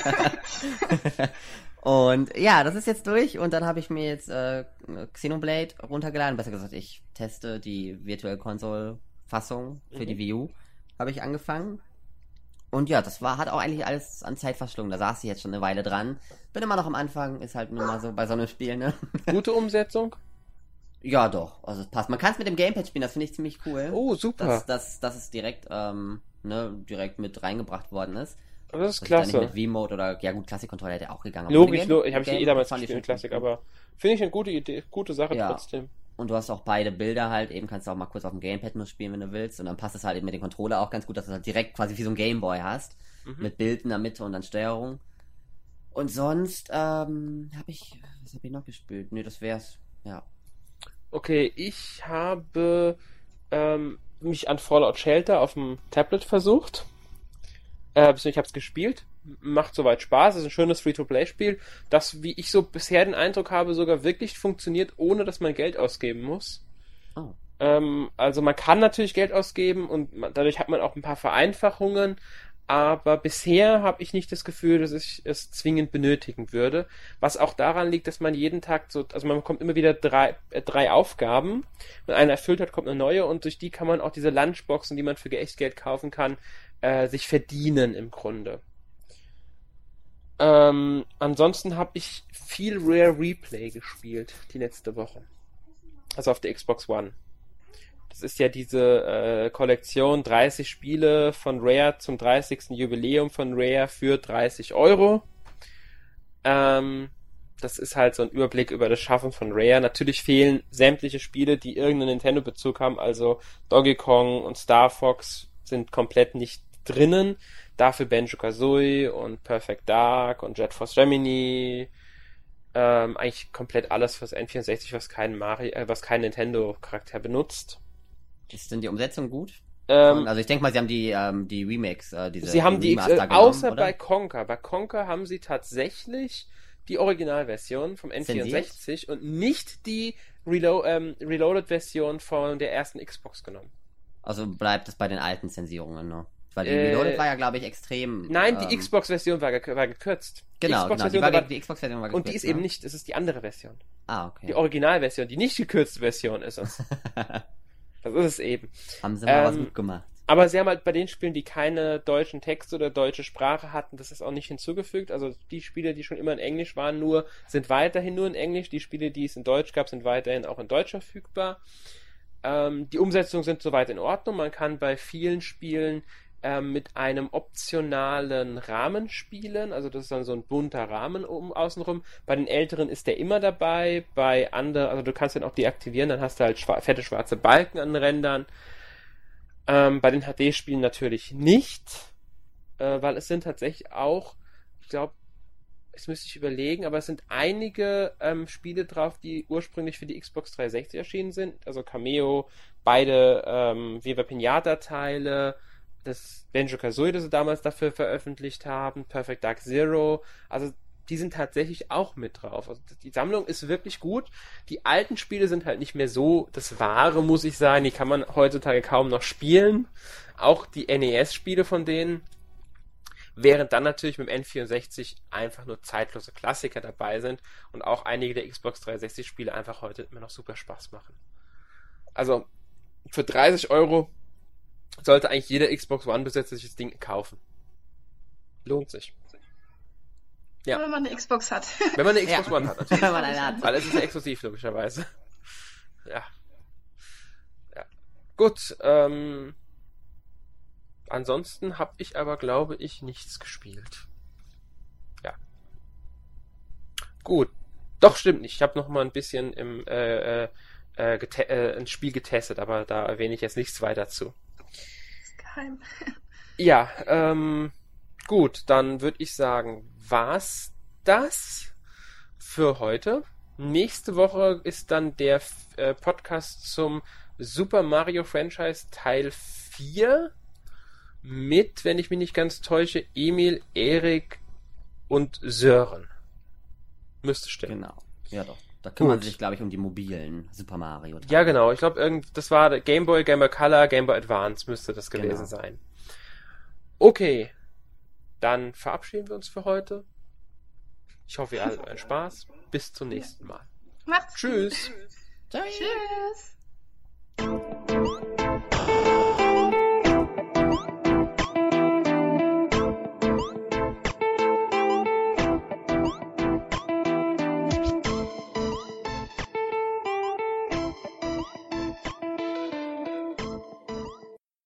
Und ja, das ist jetzt durch und dann habe ich mir jetzt äh, Xenoblade runtergeladen. Besser gesagt, ich teste die Virtual Console Fassung für mhm. die Wii U. Habe ich angefangen. Und ja, das war, hat auch eigentlich alles an Zeit verschlungen. Da saß ich jetzt schon eine Weile dran. Bin immer noch am Anfang, ist halt nur mal so bei so einem Spiel, ne? Gute Umsetzung? Ja, doch. Also es passt. Man kann es mit dem Gamepad spielen, das finde ich ziemlich cool. Oh, super. Dass, dass, dass es direkt, ähm, ne, direkt mit reingebracht worden ist. Das ist dass klasse. Ich da nicht mit Wii-Mode oder, ja gut, Classic-Controller hätte auch gegangen. Logisch, logisch. Ich habe ich eh damals gespielt, Classic, aber finde ich eine gute Idee, gute Sache ja. trotzdem. Und du hast auch beide Bilder halt, eben kannst du auch mal kurz auf dem Gamepad nur spielen, wenn du willst. Und dann passt es halt eben mit dem Controller auch ganz gut, dass du halt direkt quasi wie so ein Gameboy hast. Mhm. Mit Bild in der Mitte und dann Steuerung. Und sonst, ähm, habe ich, was habe ich noch gespielt? Nee, das wär's, ja. Okay, ich habe ähm, mich an Fallout Shelter auf dem Tablet versucht. Äh, ich habe es gespielt. Macht soweit Spaß. Es ist ein schönes Free-to-Play-Spiel, das, wie ich so bisher den Eindruck habe, sogar wirklich funktioniert, ohne dass man Geld ausgeben muss. Oh. Ähm, also man kann natürlich Geld ausgeben und man, dadurch hat man auch ein paar Vereinfachungen, aber bisher habe ich nicht das Gefühl, dass ich es zwingend benötigen würde. Was auch daran liegt, dass man jeden Tag so, also man bekommt immer wieder drei, äh, drei Aufgaben. Wenn eine erfüllt hat, kommt eine neue und durch die kann man auch diese Lunchboxen, die man für Echtgeld kaufen kann, äh, sich verdienen im Grunde. Ähm, ansonsten habe ich viel Rare Replay gespielt die letzte Woche. Also auf der Xbox One. Das ist ja diese äh, Kollektion dreißig Spiele von Rare zum dreißigsten Jubiläum von Rare für dreißig Euro. Ähm, das ist halt so ein Überblick über das Schaffen von Rare. Natürlich fehlen sämtliche Spiele, die irgendeinen Nintendo-Bezug haben. Also Donkey Kong und Star Fox sind komplett nicht drinnen. Dafür Banjo-Kazooie und Perfect Dark und Jet Force Gemini. Ähm, eigentlich komplett alles fürs N vierundsechzig, was keinen Mario, äh, was keinen Nintendo-Charakter benutzt. Ist denn die Umsetzung gut? Ähm, also ich denke mal, sie haben die ähm, die Remakes, äh, diese Sie haben die, Remaster äh, genommen, außer oder? bei Conker. Bei Conker haben sie tatsächlich die Originalversion vom N vierundsechzig und nicht die Relo- ähm, Reloaded-Version von der ersten Xbox genommen. Also bleibt es bei den alten Zensierungen, ne? Weil die Äh, Reloaded war ja, glaube ich, extrem... Nein, die ähm, Xbox-Version war, ge war gekürzt. Genau, genau, die, Xbox-Version war, war- ge- die Xbox-Version war Und die ist gekürzt, eben ne? nicht, es ist die andere Version. Ah, okay. Die Originalversion, die nicht gekürzte Version ist es. Das ist es eben. Haben sie mal was Ähm, gut gemacht. Aber sie haben halt bei den Spielen, die keine deutschen Texte oder deutsche Sprache hatten, das ist auch nicht hinzugefügt. Also die Spiele, die schon immer in Englisch waren, nur sind weiterhin nur in Englisch. Die Spiele, die es in Deutsch gab, sind weiterhin auch in Deutsch verfügbar. Ähm, die Umsetzungen sind soweit in Ordnung. Man kann bei vielen Spielen ähm, mit einem optionalen Rahmen spielen. Also das ist dann so ein bunter Rahmen um außenrum. Bei den älteren ist der immer dabei. Bei anderen, also du kannst den auch deaktivieren, dann hast du halt schwa- fette schwarze Balken an den Rändern. Ähm, bei den H D-Spielen natürlich nicht, äh, weil es sind tatsächlich auch, ich glaube, jetzt müsste ich überlegen, aber es sind einige ähm, Spiele drauf, die ursprünglich für die Xbox dreihundertsechzig erschienen sind. Also Cameo, beide ähm, Viva Pinata-Teile, das Banjo-Kazooie, das sie damals dafür veröffentlicht haben, Perfect Dark Zero. Also die sind tatsächlich auch mit drauf. Also die Sammlung ist wirklich gut. Die alten Spiele sind halt nicht mehr so das Wahre, muss ich sagen. Die kann man heutzutage kaum noch spielen. Auch die N E S-Spiele von denen. Während dann natürlich mit dem N vierundsechzig einfach nur zeitlose Klassiker dabei sind und auch einige der Xbox dreihundertsechzig Spiele einfach heute immer noch super Spaß machen. Also für dreißig Euro sollte eigentlich jeder Xbox One-Besitzer sich das Ding kaufen. Lohnt sich. Ja. Wenn man eine Xbox hat. Wenn man eine Xbox Ja. One hat, natürlich. Wenn man eine hat. Weil es ist ja exklusiv, logischerweise. Ja. Ja. Gut, ähm... ansonsten habe ich aber, glaube ich, nichts gespielt. Ja. Gut. Doch, stimmt nicht. Ich habe noch mal ein bisschen im äh, äh, gete- äh, ein Spiel getestet, aber da erwähne ich jetzt nichts weiter zu. Ist geheim. Ja, ähm, gut, dann würde ich sagen, war's das für heute. Nächste Woche ist dann der äh, Podcast zum Super Mario Franchise Teil vier mit, wenn ich mich nicht ganz täusche, Emil, Erik und Sören. Müsste stimmen. Genau. Ja doch. Da kümmern Gut. sie sich, glaube ich, um die mobilen Super Mario. Ja, genau. Ich glaube, irgend, das war der Game Boy, Game Boy Color, Game Boy Advance müsste das gewesen Genau. sein. Okay. Dann verabschieden wir uns für heute. Ich hoffe, ihr hattet einen Spaß. Bis zum nächsten Mal. Macht's Tschüss. gut. Tschüss.